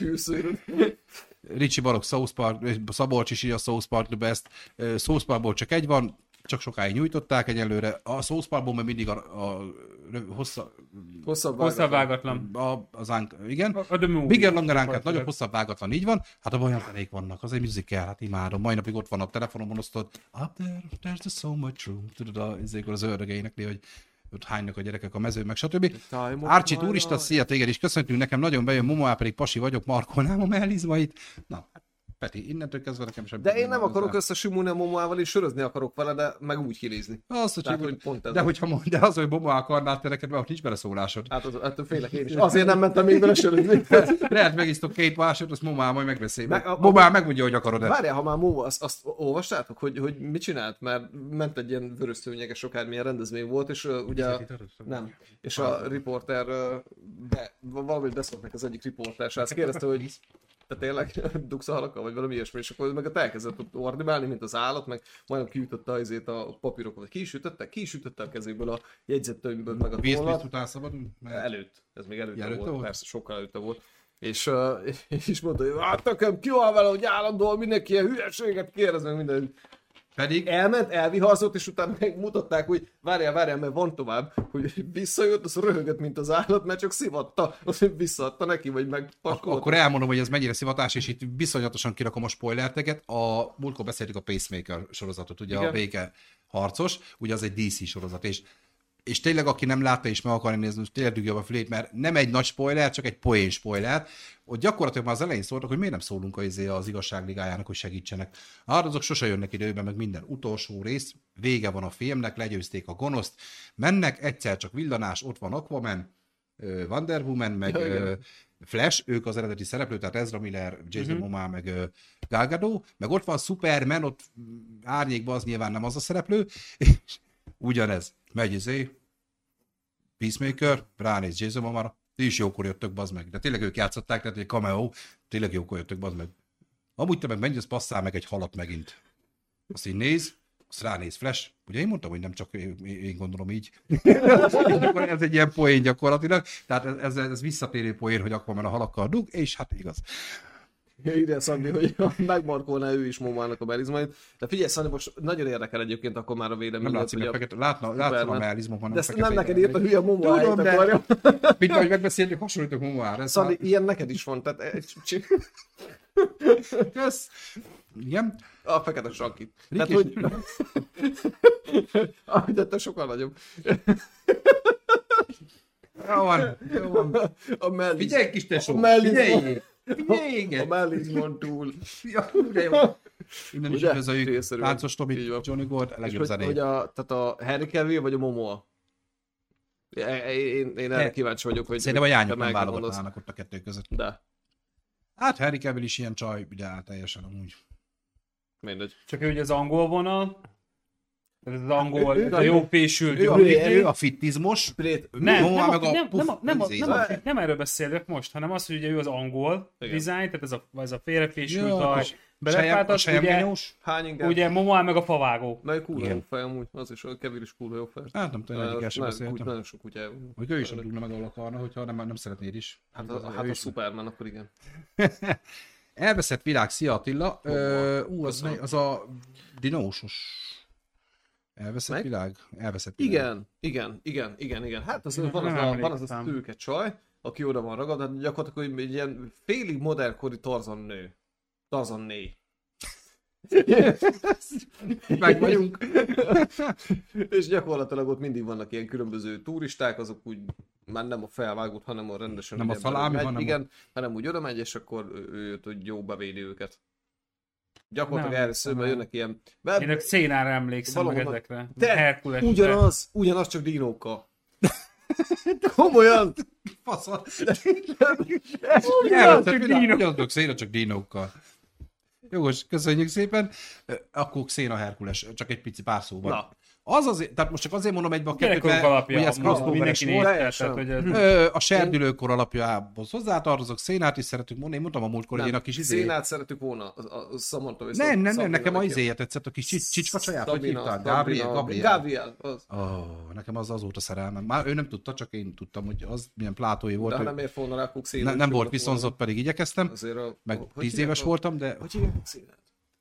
Ricsi Balogh, South Park, Szabolcs is így a South Park the best. South Parkból csak egy van, csak nyújtották egyelőre. A South Parkból még mindig a hosszabb vágatlan. Igen. Bigger Longer Uncut, nagyobb hosszabb vágatlan, így van. Hát abban olyan zenék vannak, az egy musical, hát imádom. Mai napig ott van a telefonomon, osztott Up there, there's so much room. Tudod, az ördögeinek, hogy ott hánynak a gyerekek a mezőn, meg stb. Árcsit, úristen, szia, téged is köszöntünk, nekem nagyon bejön, Momoá pedig pasi vagyok, markolnám a mellizmait. Na, Peti, innentől kezdve nekem sem. De én nem akarok összesimulni a Momoával, és sörözni akarok vele, de meg úgy kilizni. De az, hogy Momoa akarnád, te neked, mert nincs beleszólásod. Hát attól félek én is. Azért nem mentem még bele sörözni. Lehet megisztok 2 másod, azt Momoa majd megbeszél. Momoa megmondja, hogy akarod. Várjál, ha már Momoa, azt olvastátok, hogy mit csinált? Mert ment egy ilyen vörösszőnyeges akármilyen rendezvény volt, és ugye nem. És a riporter valamit beszólt meg az egyik riporter, és kérdezte, hogy te tényleg dugsz a halakkal, vagy valami ilyesmi, és akkor meg a elkezdett ott ordibálni, mint az állat, meg majdnem kiütötte a papírokat, vagy ki is ütötte a kezéből a jegyzettönyvből, meg a tollat. Után szabad? Előtt, ez még előtte volt, persze, sokkal előtte volt. És mondta, hogy hát nekem ki van vele, hogy állandóan mindenki ilyen hülyeséget kérdez, meg minden. Pedig elment, elviharzott, és utána megmutatták, hogy várjál, mert van tovább, hogy visszajött, az röhögött, mint az állat, mert csak szivatta, azt visszaadta neki, vagy megpakolta. Akkor elmondom, hogy ez mennyire szivatás, és itt viszonyatosan kirakom a spoilerteket. A múltkor beszéltük a Pacemaker sorozatot, ugye igen. A vége harcos, ugye az egy DC sorozat, és tényleg, aki nem látta és meg akarja nézni, tényleg dugja a fülét, mert nem egy nagy spoiler, csak egy poén spoiler. Ott gyakorlatilag már az elején szóltak, hogy miért nem szólunk az igazságligájának, hogy segítsenek. Hát azok sose jönnek időben, meg minden utolsó rész, vége van a filmnek, legyőzték a gonoszt, mennek, egyszer csak villanás, ott van Aquaman, Wonder Woman, meg Flash, ők az eredeti szereplő, tehát Ezra Miller, Jason Momoa, meg Gal Gadot, meg ott van Superman, ott árnyékban az nyilván nem az a szereplő, és ugyanez. Megy Peacemaker, ránéz Jason Momoa-ra, ti is jókor jöttök, bazd meg. De tényleg ők játszották, tehát egy cameo, tényleg jókor jöttök, bazd meg. Amúgy te meg menj, az passzál meg egy halat megint. Azt így néz, azt ránéz Flash. Ugye én mondtam, hogy nem csak én gondolom így. Ez egy ilyen poén gyakorlatilag. Tehát ez visszatérő poén, hogy akkor már a halakkal dug, és hát igaz. Ide Szandi, hogy megmarkolná ő is Momoának a melizmait. De figyelj, Szandi, most nagyon érdekel egyébként akkor már a vélemény. Nem látszik, hogy látszom a melizmokon. De ezt nem neked írt a hülye Momoáit akarja. Mint ahogy megbeszéltük, hasonlítok Momoára. Szandi, ilyen neked is van, tehát kösz. Igen. A fekete sankit. Tehát, hogy... de te sokkal nagyobb. Jó van. A melliz. Figyelj kis tesó. A mellizmon túl. Ja, ugye jó. Innen is üdvözöljük Láncos Tomi, Johnny Gold, legjobb zenék. Tehát a Henry Cavill vagy a Momoa? Én erre kíváncsi vagyok, hogy... Szerintem a jányok nem válogatnának ott a kettő között. De. Hát Henry Cavill is ilyen csaj, ideál teljesen amúgy. Mindegy. Csak ő ugye az angol vonal. Ez az angol, a jó pésült. Ő a fittizmos. Nem erről beszélek most, hanem az, hogy ugye ő az angol design, tehát ez a félrefésült haj, belepáltat, ugye Momoa meg a favágó. Meg kurva jó fej amúgy, az is, a Cavill is kurva jó fej. Hát nem tudom, egyik el sem beszéltem. Nagyon sok kutyája. Hogy ő is dugna meg, ahol akarna, hogyha nem szeretnéd is. Hát a Superman, akkor igen. Elveszett világ, szia Attila. Az a dinósos. Elveszett világ? Elveszett világ. Igen. Hát van az a tőke csaj, aki oda van ragad, hát gyakorlatilag egy ilyen félig modernkori Tarzan né. Meg vagyunk. És gyakorlatilag ott mindig vannak ilyen különböző turisták, azok úgy már nem a felvágott, hanem a rendesen... Nem a szalámi, hanem úgy oda megy, és akkor ő tud jó bevédi őket. Gyakorlatilag először jönnek ilyen... Én a szénára emlékszem meg ezekre. De ugyanaz csak dinókkal. Komolyan! Faszal! Ugyanazok széna, csak dinókkal. Jogos, köszönjük szépen. Akkor Xena Herkules, csak egy pici pár szóban. Na. Az azért, tehát most csak azért mondom egybe a kettőt, hogy ez crossoveres volt. A serdülőkor alapjához hozzátartozok, Xénát is szeretünk mondani, én mondtam a múltkor, hogy én a kis... Xénát szeretük volna, a Samantha. Nem, nekem az izéje tetszett, a kis csicska csaját, hogy hívták? Gabriel. Nekem az azóta szerelmem. Már ő nem tudta, csak én tudtam, hogy az milyen plátói volt. De nem ért volna rá Xénát. Nem volt viszonzott, pedig igyekeztem, meg 10 éves voltam, de... Hogy hívják Xénát?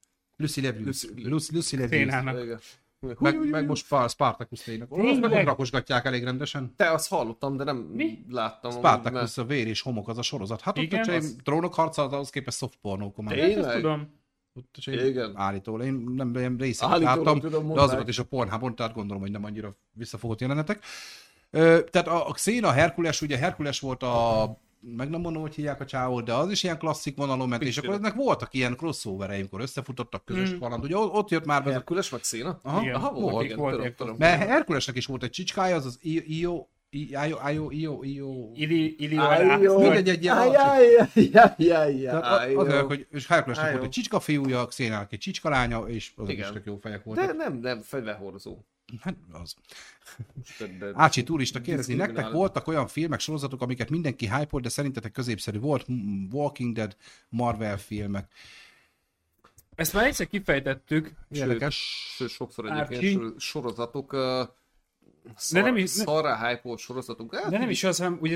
Lucy Levy. Meg most Spartacus tényleg. Azt meg rakosgatják elég rendesen. Te azt hallottam, de nem láttam. Spartacus, a vér és homok, az a sorozat. Hát ott a trónok harca, az képes soft pornókon. Tényleg? Tudom. Igen. Állítólag. Én nem részét láttam, de azokat is a Pornhubon, tehát gondolom, hogy nem annyira visszafogott jelenetek. Tehát a Xena Herkules, ugye Herkules volt a meg nem mondom, hogy hívják a csávót, de az is ilyen klasszik vonalon ment, és akkor ennek voltak ilyen crossovereim, amikor összefutottak közös kaland. Ugye ott jött már be... Herkules meg Xena? Aha, volt. Mert Herkulesnek is volt egy csicskája, az az Io. Mindegy egy ilyen és Herkulesnek volt egy csicska fiúja, Xénának egy csicska lánya, és azok is tök jó fejek voltak. De nem fegyverhordozó. Hát az. Ácsi turista kérdezni, nektek voltak olyan filmek, sorozatok, amiket mindenki hype-olt, de szerintetek középszerű volt? Walking Dead, Marvel filmek. Ezt már egyszer kifejtettük. Sőt, sokszor egyébként sorozatok, szarrá hype-olt sorozatok. De nem is az, hanem ugye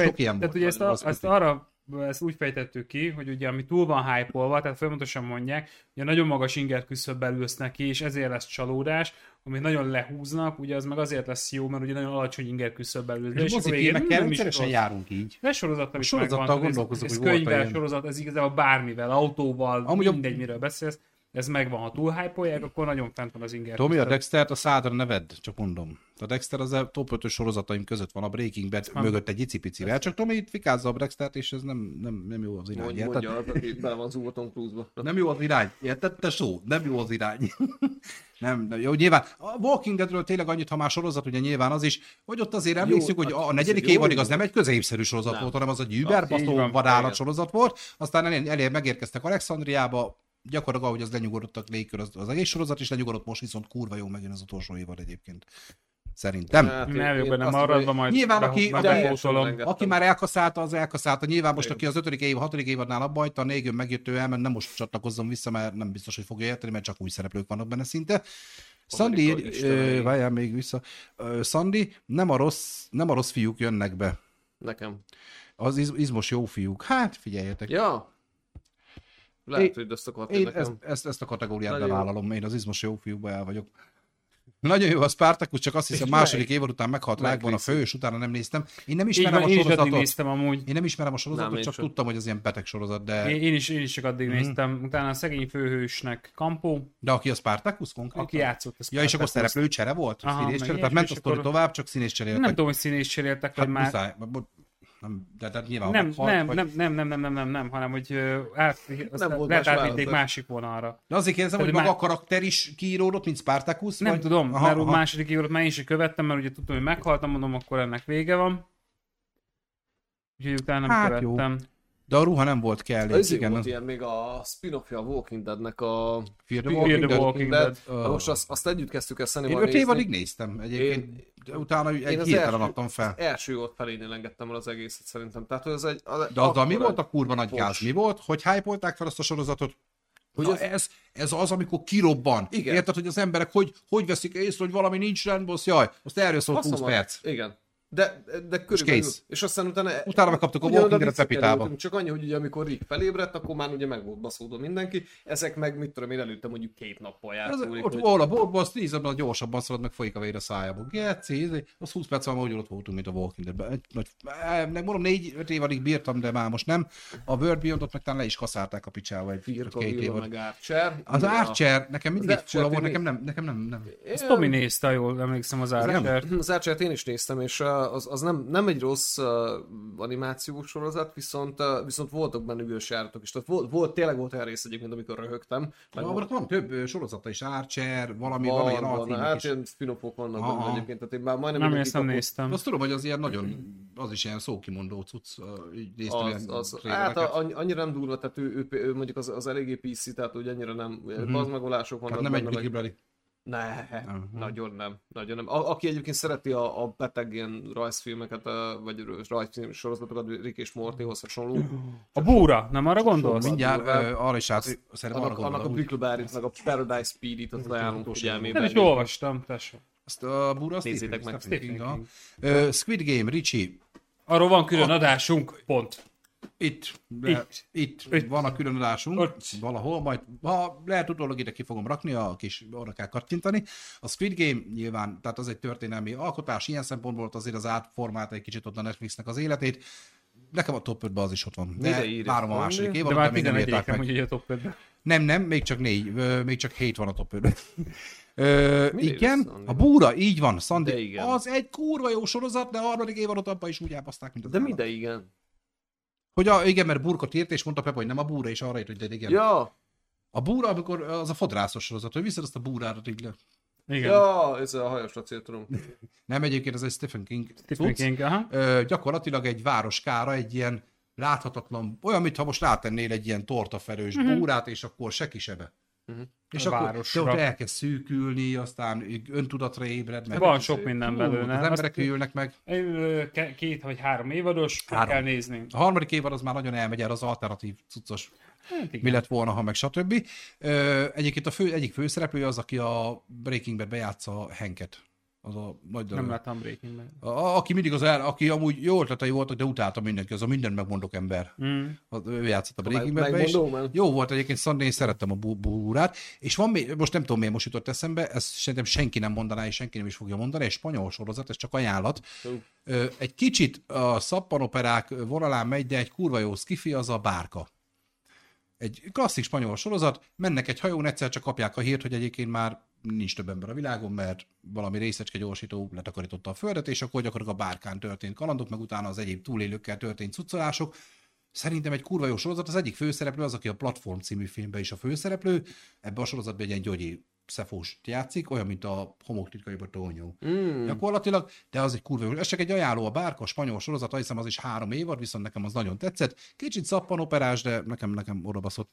ezt úgy fejtettük ki, hogy ugye ami túl van hype-olva, tehát folyamatosan mondják, hogy nagyon magas inger küszöbbel ülsz neki, és ezért lesz csalódás, amit nagyon lehúznak, ugye az meg azért lesz jó, mert ugye nagyon alacsony inger küszöbbel ülsz. És mozifilmekkel rendszeresen járunk így. De sorozattal is megvan. Ez könyvvel, sorozat, ez igazából bármivel, autóval, mindegy, miről beszélsz. Ez megvan, ha túl hype-olják, akkor nagyon fent van az inger. Tomi, a Dextert a szádra neved, csak mondom. A Dexter az a top 5-ös sorozataim között van, a Breaking Bad mögött egy icipicivel. Csak Tomi itt fikázza a Dextert, és ez nem jó az irány. Mondja az, aki bele van zúgva Tom Cruise-ba. Nem jó az irány. Érted? Te szó, nem jó az irány. nem, jó, nyilván a Walking Deadről tényleg annyit, ha már sorozat, ugye nyilván az is, hogy ott azért emlékszünk, hogy a negyedik évadig az nem egy középszerű sorozat volt, hanem az egy überbaszó vadállat sorozat volt. Aztán megérkeztek Alexandriába, gyakorlatilag ahogy az lenyugodottak légkör, az egész sorozat is lenyugodott, most viszont kurva jó megjön az utolsó évad egyébként. Szerintem. Nem jó benne maradva majd. Nyilván aki már elkaszálta, az elkaszálta. Nyilván most aki az 6. évadnál abba hagyta, a négőn megjött ő el, mert nem most csatlakozzon vissza, mert nem biztos, hogy fogja érteni, mert csak új szereplők vannak benne szinte. Szandi, várjál még vissza. Szandi, nem a rossz fiúk jönnek be. Nekem. Az izmos jó fiúk. Hát figyeljetek. Ja. Lehet, hogy ezt akartam nekem. Ezt a kategóriát bevállalom, én az izmos jó fiúkba el vagyok. Nagyon jó a Spartacus, csak azt hiszem második évad után meghalt Lágban a fő, és utána nem néztem. Én nem ismerem a sorozatot. Én nem ismerem a sorozatot, csak tudtam, hogy az ilyen beteg sorozat, de... Én is csak addig néztem. Utána a szegény főhősnek Campó. De aki a Spartacus konkrétan? Aki játszott a Spartacus. Ja, és akkor szereplő csere volt? Tehát ment a sztori tovább, csak színész cseréltek. Nem tudom, hogy színész cseréltek, vagy már... Nem, hanem hogy lehet átvitték másik vonalra. De azért kérdezem, hogy maga a karakter is kiíródott, mint Spartacus? Nem tudom, mert a második írót már én is követtem, mert ugye tudtam, hogy meghaltam, mondom, akkor ennek vége van. Úgyhogy utána nem követtem. Jó. De a ruha nem volt kellő. Ezért volt ilyen még a spin-offja a Walking Deadnek a... Fear the Walking Dead. Most azt együtt kezdtük el Sunnyval nézni. Én 5 évadig néztem egyébként. Utána egy hirtelen adtam fel. Első ott felénél engedtem el az egészet szerintem. Tehát, hogy de azzal mi volt a kurva nagy gáz? Mi volt? Hogy hype-olták fel azt a sorozatot? Hogy ez az, amikor kirobban. Igen. Érted, hogy az emberek hogy veszik észre, hogy valami nincs rendben, jaj, azt erről szólt 20 perc. Igen. De körülbelül. És aztán utána megkaptuk a Walking Dead Pepitába. Csak annyi, hogy ugye, amikor Rick felébredt, akkor már ugye meg volt baszódva mindenki. Ezek meg, mit tudom én, előtte mondjuk 2 nappal játszódik. Ott volna a boltban, azt 10 napban gyorsabban szalad, meg folyik a vér a szájából. Geci, az 20 perc van, hogy ott voltunk, mint a Walking Deadben. Mondom, 4-5 évadig bírtam, de már most nem. A World Beyondot meg talán le is kaszálták a picsába egy 2 évad. Az Archer, nekem mindig fura volt, nekem nem. Ezt Tomi nézte, jól emlékszem az Archer. Az Archert én is néztem, és az nem egy rossz animációs sorozat, viszont voltak benne ügyes járatok is. Tehát tényleg volt olyan rész egyébként, amikor röhögtem. Van több sorozata is, Archer, valami Archer spin-offok vannak benne egyébként, tehát én már majdnem nem néztem. Azt tudom, hogy az ilyen nagyon, az is ilyen szókimondó cucc. Hát annyira nem durva, tehát ő mondjuk az eléggé PC, tehát úgy annyira nem bazmegolások vannak. Nem egy Bigibeli. Nagyon nem. Aki egyébként szereti a beteg ilyen rajzfilmeket, vagy rajzfilm sorozatokat, Rick és Mortyhoz hasonló. A búra, nem arra gondolsz? Mindjárt arra is szerintem arra gondolom. Annak a Brickleberry-t, meg a Paradise Speed-it, az ajánlunk figyelmében. Nem is olvastam, tesó. Azt a búra, azt nézzétek meg. Squid Game, Richie. Arról van külön adásunk, pont. Itt van a különadásunk, valahol, majd ha lehet utólag ide ki fogom rakni, arra kell kattintani. A Squid Game nyilván, tehát az egy történelmi alkotás, ilyen szempontból azért az átformálta egy kicsit ott a Netflixnek az életét. Nekem a top 5-ben az is ott van. De várom a második évadot, de még nem írták meg. Hogy a top 5-ben. Nem, még csak 4, még csak 7 van a top 5-ben. Igen, a búra, így van, Szandi. Az egy kurva jó sorozat, de a harmadik évadot abban is úgy elbaszták, mint az de minden igen. Hogy igen, mert Burkot írt, és mondta Pepa, hogy nem a búra, és arra írt, hogy igen. Ja. A búra, amikor az a fodrászos sorozat, hogy viszont azt a búrára így le. Igen. Ja, ez a hajos lacél, tudom. Nem, egyébként ez egy Stephen King, aha. Gyakorlatilag egy városkára egy ilyen láthatatlan, olyan, mintha most rátennél egy ilyen tortaferős búrát, és akkor se kisebe. És akkor ott elkezd szűkülni, aztán öntudatra ébred. Meg van sok minden belőle. Az emberek ülnek meg. 2 vagy 3 évados, meg kell nézni. A harmadik évad az már nagyon elmegy el, az alternatív cuccos. Mi lett volna, ha meg stb. Egyébként egyik főszereplője az, aki a Breaking Bad bejátsza Hanket. Az a nagy nem láttam Breaking Bad. Aki mindig aki amúgy jó ötletei voltak, de utálta mindenki, az a mindent megmondok ember. Ő játszott a Breaking Badbe is. Jó volt egyébként, Sunday, én szerettem a búrát. És van még, most nem tudom miért most jutott eszembe, ezt szerintem senki nem mondaná, és senki nem is fogja mondani, egy spanyol sorozat, ez csak ajánlat. Egy kicsit a szappanoperák vonalán megy, de egy kurva jó skifi, az a Bárka. Egy klasszik spanyol sorozat, mennek egy hajón, egyszer csak kapják a hírt, hogy egyébként már nincs több ember a világon, mert valami részecske gyorsító letakarította a földet, és akkor gyakorlatilag a bárkán történt kalandok, meg utána az egyéb túlélőkkel történt cuccolások. Szerintem egy kurva jó sorozat, az egyik főszereplő az, aki a Platform című filmben is a főszereplő, ebben a sorozatban egy ilyen Gyogyi Szefós játszik, olyan, mint a Homoktitkai Tónyó. Gyakorlatilag, de az egy kurva jó. Ez csak egy ajánló, a Bárka, a spanyol sorozat, azt hiszem az is 3 évad, viszont nekem az nagyon tetszett. Kicsit szappanoperás, de nekem odabaszott.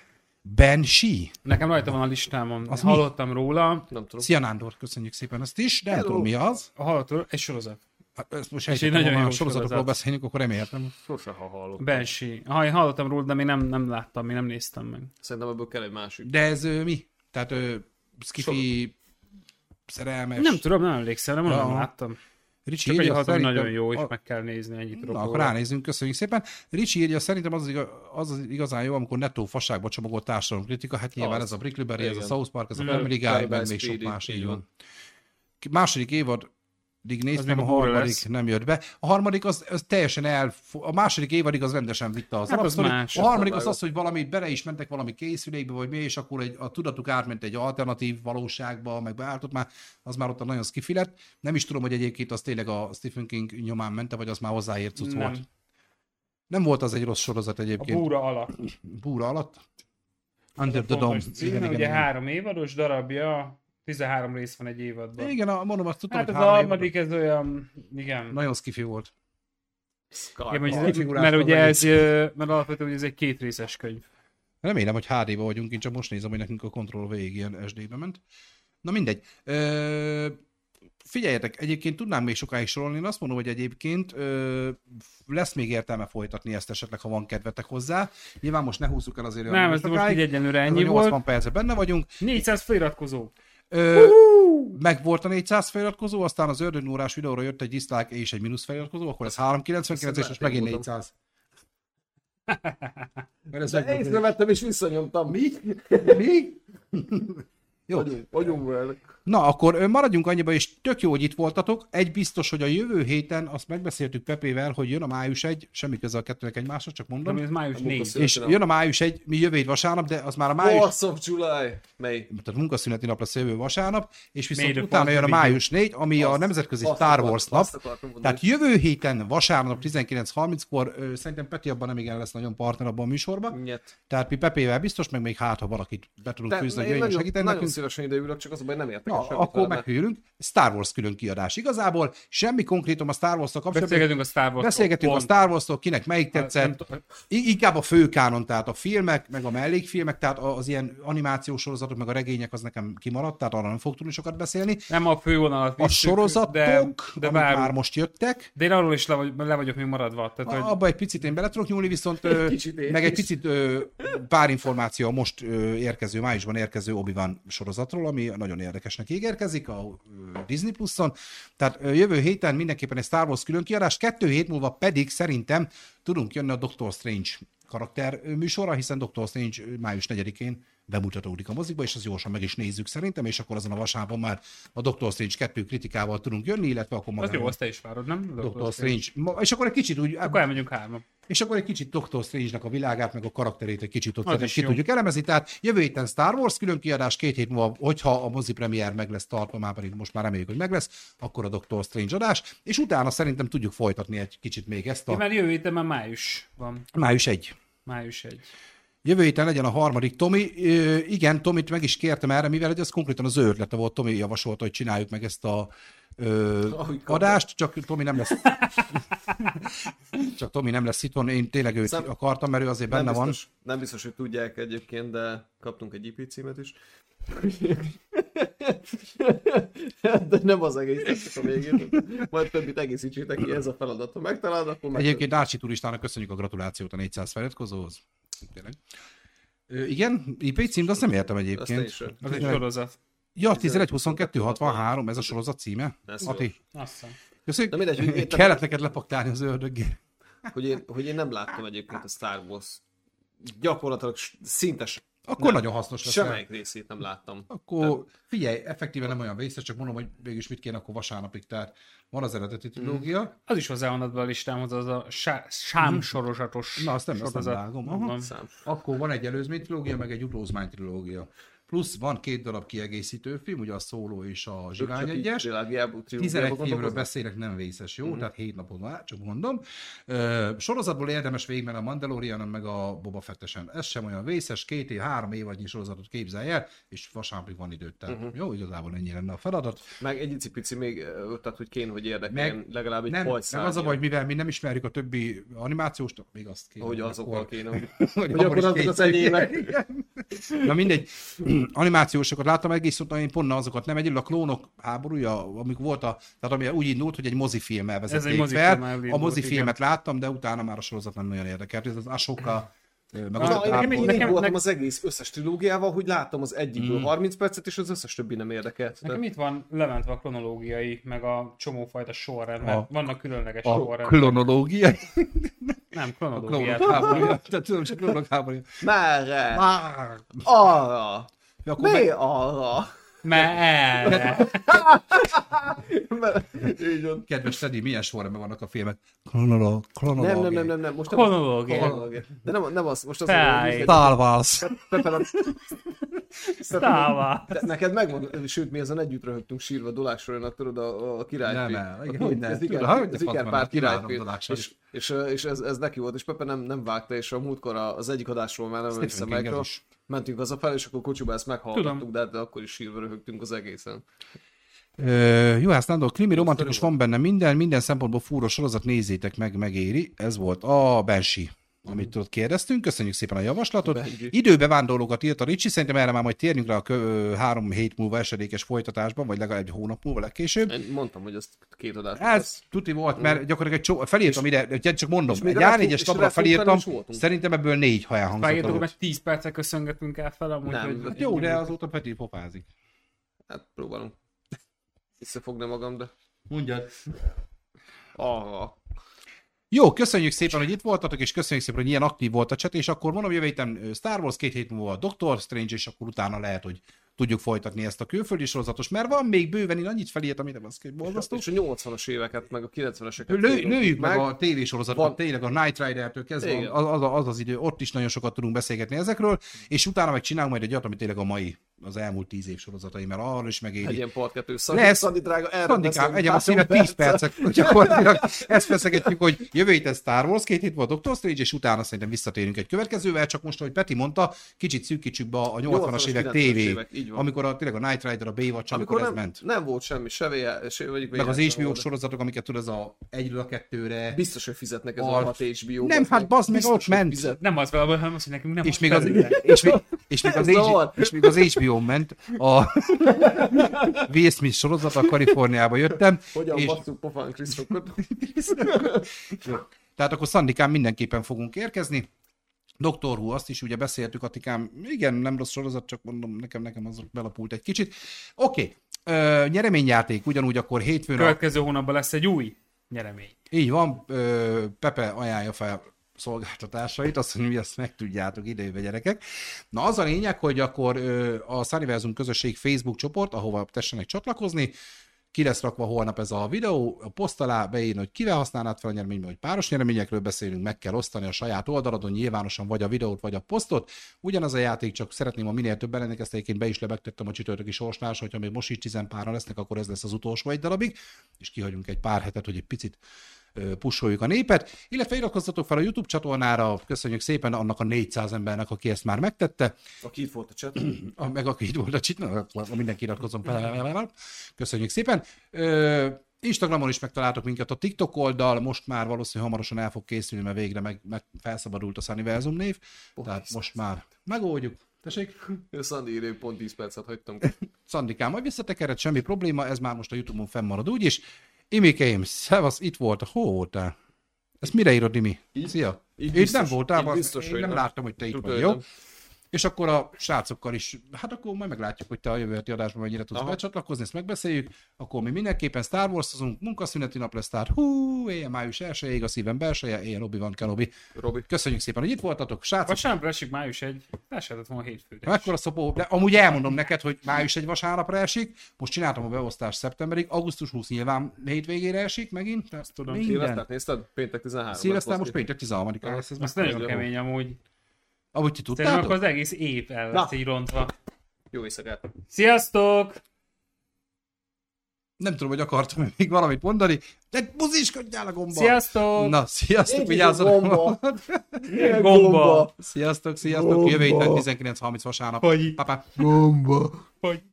Banshee. Nekem rajta van a listámon. Azt hallottam mi? Róla. Nem tudom. Szia Nándor, köszönjük szépen ezt is, de nem tudom mi az. Hallottam, egy sorozat. Ezt most egy sorozatokról beszélünk, akkor reméltem. Sose hallottam. Banshee. Én hallottam róla, de még nem láttam, még nem néztem meg. Szerintem ebből kell egy másik. De ez mi? Tehát skifi, szerelmes? Nem tudom, nem emlékszem, nem láttam. Ricsi csak írja, hogy nagyon jó, és meg kell nézni, ennyit tudok. Na, akkor ránézzünk, köszönjük szépen. Ricsi írja, szerintem az igazán jó, amikor nettó fasságba csomagolt társadalomkritika, hát nyilván ez a Brickleberry, ez a South Park, ez a Family Guy, meg még sok más, így van. Második évad néztem, a harmadik nem jött be. A harmadik az teljesen a második évadig az rendesen vitte az alapsztori. A harmadik az, hogy valami bele is mentek valami készülékbe, vagy mi, és akkor a tudatuk átment egy alternatív valóságba, meg beálltott már, az már ott nagyon skifi lett. Nem is tudom, hogy egyébként az tényleg a Stephen King nyomán mente, vagy az már hozzáért cucc volt. Nem volt az egy rossz sorozat egyébként. A Búra alatt. Búra alatt? Under the Dome. Ugye 3 évados darabja. 13 rész van egy évadban. Igen, mondom, azt tudtam, hát hogy 3 a harmadik ez olyan, igen. Nagyon skifi volt. Igen, mert ugye ez, mert alapvetően ez egy 2 részes könyv. Remélem, hogy HD-ba vagyunk, én csak most nézem, hogy nekünk a kontroll végig ilyen SD-be ment. Na mindegy. Figyeljetek, egyébként tudnám még sokáig sorolni, én azt mondom, hogy egyébként lesz még értelme folytatni ezt esetleg, ha van kedvetek hozzá. Nyilván most ne húzzuk el azért olyan sokáig. Nem, ez most így egyenlőre ennyi 80 volt. Percben benne vagyunk. 400 feliratkozó. Meg volt a 400 feliratkozó, aztán az ördögnórás videóra jött egy dislike és egy mínusz feliratkozó, akkor ez 399 és most megint 400. De észrevettem és visszanyomtam. Mi? Jó. Vagyunk vele. Na, akkor maradjunk annyiba, és tök jó, hogy itt voltatok. Egy biztos, hogy a jövő héten, azt megbeszéltük Pepével, hogy jön a május 1, semmi köze a kettőnek egymáshoz, csak mondom. De ez május 4. És jön a május 1, mi jövő hét vasárnap, de az már a május... 4th of July. Mely? Tehát munkaszüneti nap lesz jövő vasárnap, és viszont utána jön a május 4, ami a nemzetközi Star Wars nap. Tehát jövő héten vasárnap 19:30-kor, szerintem Peti abban nem igen lesz nagyon partner abban a műsorban. Tehát mi Pepével biztos, meg még ha valakit be tudunk fűzni, hogy jöjjön segíteni nekünk. Nagyon szívesen ideülök, csak az a baj, nem értek el semmit. Akkor meghűlünk. Star Wars külön kiadás. Igazából semmi konkrétum a Star Wars-tól kapcsolatban. Beszélgetünk a Star Wars-tól, kinek melyik tetszett. Inkább a főkánon, tehát a filmek, meg a mellékfilmek, tehát az ilyen animációs sorozatok, meg a regények az nekem kimaradt, tehát arra nem fog tudni sokat beszélni. Nem a fővonalat visszük, a sorozatok, de már most jöttek. De én arról is le vagyok még maradva. Tehát, hogy... Abba egy picit én bele tudok nyúlni, viszont meg egy picit pár információ a most érkező, májusban érkező Obi-Wan sorozatról, ami nagyon érdekesnek ígérkezik a Disney Pluson. Tehát jövő héten mindenképpen egy Star Wars külön kiadás, 2 hét múlva pedig szerintem tudunk jönni a Doctor Strange karakterműsorra, hiszen Dr. Strange május 4-én bemutatódik a mozikba, és az gyorsan meg is nézzük szerintem, és akkor azon a vasárnapon már a Dr. Strange 2 kritikával tudunk jönni, illetve akkor magára... Az jó, azt te is várod, nem? Dr. Strange. És akkor egy kicsit úgy... Akkor elmegyünk 3. És akkor egy kicsit Dr. Strange-nek a világát, meg a karakterét egy kicsit ott ki tudjuk elemezni. Tehát jövő héten Star Wars külön kiadás, 2 hét múlva, hogyha a mozi premier meg lesz tartva, már pedig most már reméljük, hogy meg lesz, akkor a Dr. Strange adás, és utána szerintem tudjuk folytatni egy kicsit még ezt a... Mert jövő héten már május van. Május 1. Május 1. Jövő héten legyen a harmadik Tomi. Igen, Tomit meg is kértem erre, mivel ez konkrétan az ő ötlete volt. Tomi javasolta, hogy csináljuk meg ezt a adást, csak Tomi nem lesz. Csak Tomi nem lesz itthon, én tényleg őt akartam, mert ő azért benne van. Nem biztos, hogy tudják egyébként, de kaptunk egy IP címet is. De nem az egész, csak a végén. Majd többit egészítsétek ki, ez a feladat. Ha megtalálod, akkor egyébként Ácsi turistának köszönjük a gratulációt a 400 feliratkozóhoz. Tényleg. Igen, IP cím, de azt nem értem egyébként. Az egy sorozat. Ja, 11-22-63, ez a sorozat címe. Ati. Köszönjük. Kellett neked lepaktálni az ördöggel. Hogy én nem láttam egyébként a Star Wars. Gyakorlatilag szinte akkor nem. Nagyon hasznos lesz. Semmelyik részét nem láttam. Akkor figyelj, effektíven nem olyan vészes, csak mondom, hogy mégis mit kéne akkor vasárnapig. Tehát van az eredeti trilógia. Az is hozzá van adva a listámhoz, az a Sám sorozatos. Na, azt nem vágom. Akkor van egy előzmény trilógia, meg egy utózmány trilógia. Plusz van 2 darab kiegészítő film, ugye a Szóló és a Zsivány egyes. 11 filmről beszélek, nem vészes, jó? Tehát 7 napon már, csak mondom. Sorozatból érdemes végigmenni a Mandalorianon, meg a Boba Fettesen. Ez sem olyan vészes, 2-3 évadnyi sorozatot képzelj el, és vasárnapig van időt. Tehát jó, igazából ennyi lenne a feladat. Meg egy icipici még, tehát hogy kéne, hogy érdekeljen legalább egy pajszárnya. Az a baj, mivel mi nem ismerjük a többi animációs, még azt kéne. Hogy azokkal kéne, hogy akkor azok az enyémek. Na mindegy. Animációsokat láttam egész, én pont azokat nem egyedül, a Klónok háborúja, amikor volt tehát ami úgy indult, hogy egy mozifilmmel vezették fel. A mozifilmet láttam, de utána már a sorozat nem nagyon érdekelt. Ez az Ahsoka, Nekem voltam az egész összes trilógiával, hogy láttam az egyikből 30 percet, és az összes többi nem érdekelt. Nekem itt van lementve a kronológiai, meg a csomófajta sorrend, mert vannak különleges sorrend. Kronológiai? Nem, kronológiai. Tehát tudom, csak Klónok háborúja. Merre? Arra. Mi arra? Merre? Kedves Teddy, milyen sorrendben vannak a filmek? Kronológia. Nem. Most kronológia. De nem az. Most az Star Wars. Neked megmondom, sőt, mi ezen együtt röhögtünk sírva Dolák Solyónak, tudod, a királyfi. Ez Ikerpár királyfi. És ez neki volt, és Pepe nem vágta, és a múltkor az egyik adásról már nem össze meg. Mentünk hazafelé, és akkor kocsiba ezt meghallgattuk, de akkor is sírva röhögtünk az egészen. Juhász Nándor, krimi romantikus van benne minden szempontból fúró sorozat, nézzétek meg, megéri. Ez volt a Banshee, amit tudod kérdeztünk. Köszönjük szépen a javaslatot. Időbevándorlókat írt a Ricsi, szerintem erre már majd térjünk rá a 3 hét múlva esedékes folytatásban, vagy legalább egy hónap múlva legkésőbb. Én mondtam, hogy ezt 2 adásban. Ez tuti volt, mert gyakorlatilag felírtam ide, csak mondom, egy A4-es lapra felírtam, szerintem ebből 4, ha elhangzott. Felírtuk, mert 10 percet köszöngetünk el fel, amúgy. Nem, jó, de azóta Peti popázik. Hát próbálom visszafogni magam, de... Mondjad. Jó, köszönjük szépen, hogy itt voltatok, és köszönjük szépen, hogy ilyen aktív volt a chat, és akkor mondom, jövő héten Star Wars, 2 hét múlva Doctor Strange, és akkor utána lehet, hogy tudjuk folytatni ezt a külföldi sorozatos, mert van még bőven, én annyit felírtam, amit az borzasztó. És a 80-as éveket, meg a 90-eseket. Lőjük meg a tévésorozatot, tényleg a Knight Rider-től kezdve az idő, ott is nagyon sokat tudunk beszélgetni ezekről, és utána meg csinálunk majd egy olyat, ami tényleg az elmúlt 10 év sorozatai, mert arról is megéri. Egy ilyen part 2, Szandi drága, erről beszélünk. Egyem a szívet 10 percek, gyakorlatilag ezt feszegetjük, hogy jövő héten Star Wars, 2 hét volt Doctor Strange, és utána szerintem visszatérünk egy következővel, csak most, hogy Peti mondta, kicsit szűkítsük be a 80-as évek tévé, amikor tényleg a Knight Rider, a Baywatch, amikor ez ment. Nem volt semmi, meg az HBO sorozatok, amiket tud az a 1-ről a 2-re. Biztos, hogy fizetnek ez a 6 HBO. Nem, hát bazd meg, ott ment. Nem az valami, hanem az, hogy nekünk nem. És még az HBO ment a Will Smith sorozat, a Kaliforniába jöttem. Hogyan basszuk pofán Chris Rockot? Tehát akkor Szandikán mindenképpen fogunk érkezni. Doctor Who, azt is ugye beszéltük, Atikám, igen, nem rossz sorozat, csak mondom, nekem az belapult egy kicsit. Oké, nyereményjáték, ugyanúgy akkor hétfőn... Következő hónapban lesz egy új nyeremény. Így van, Pepe ajánlja fel szolgáltatásait, azt mondja, mi ezt meg tudjátok idejébe, gyerekek. Na az a lényeg, hogy akkor a Sunnyversum közösség Facebook csoport, ahova tessenek csatlakozni, ki lesz rakva holnap ez a videó, a poszt alá beírni, hogy kivel használnád fel a nyereményben, hogy páros nyereményekről beszélünk, meg kell osztani a saját oldaladon, nyilvánosan vagy a videót, vagy a posztot. Ugyanaz a játék, csak szeretném, ha minél többen lennek, ezt egyébként be is lebegtettem a csütörtöki sorsnál, hogyha még most is 10 páran lesznek, akkor ez lesz az utolsó egy darabig, és kihagyunk egy pár hetet, hogy egy picit pusoljuk a népet, illetve iratkozzatok fel a YouTube csatornára, köszönjük szépen annak a 400 embernek, aki ezt már megtette. Aki itt volt a chat. Meg aki itt volt a chat, mindenki iratkozzon fel. Köszönjük szépen. Instagramon is megtaláltok minket, a TikTok oldal, most már valószínűleg hamarosan el fog készülni, mert végre meg felszabadult a Sunnyversum név, tehát most már megoldjuk. Tessék? Szandi írja, pont 10 percet hagytam. Szandikám, majd visszatekered, semmi probléma, ez már most a YouTube-on fennmarad úgyis. Imikeim, szevasz, itt voltál. Hol voltál? Ezt mire írod, Imi? Szia. Itt nem voltál, én nem láttam, hogy te itt vagy, jó? És akkor a srácokkal is, hát akkor majd meglátjuk, hogy te a jövő heti adásban mennyire tudsz becsatlakozni, ezt megbeszéljük. Akkor mi mindenképpen Star Wars-ozunk, munkaszüneti nap lesz, tehát éjjel május 1-ig a szívem belseje, éjjel Robi van, Kenobi. Köszönjük szépen, hogy itt voltatok, srácok. Vasárnapra esik május 1, lehetett volna hétfőre. Mekkora szopó, de amúgy elmondom neked, hogy május 1 vasárnapra esik, most csináltam a beosztást szeptemberig, augusztus 20 nyilván hétvégére esik megint. Azt tudom. Szilvesztert nézted? Péntek 13. Szilveszter most péntek 13-án lesz. Ez nagyon kemény amúgy. Ahogy ti tudtátok? Szerintem akkor az egész év el lesz így rontva. Jó éjszakát! Sziasztok! Nem tudom, hogy akartam még valamit mondani, de buziskodjál a gomba! Sziasztok! Na, sziasztok, vigyázzatok! Gomba! Sziasztok, jövő héten 19:30 vasárnap. Hogy? Papa. Gomba! Hogy?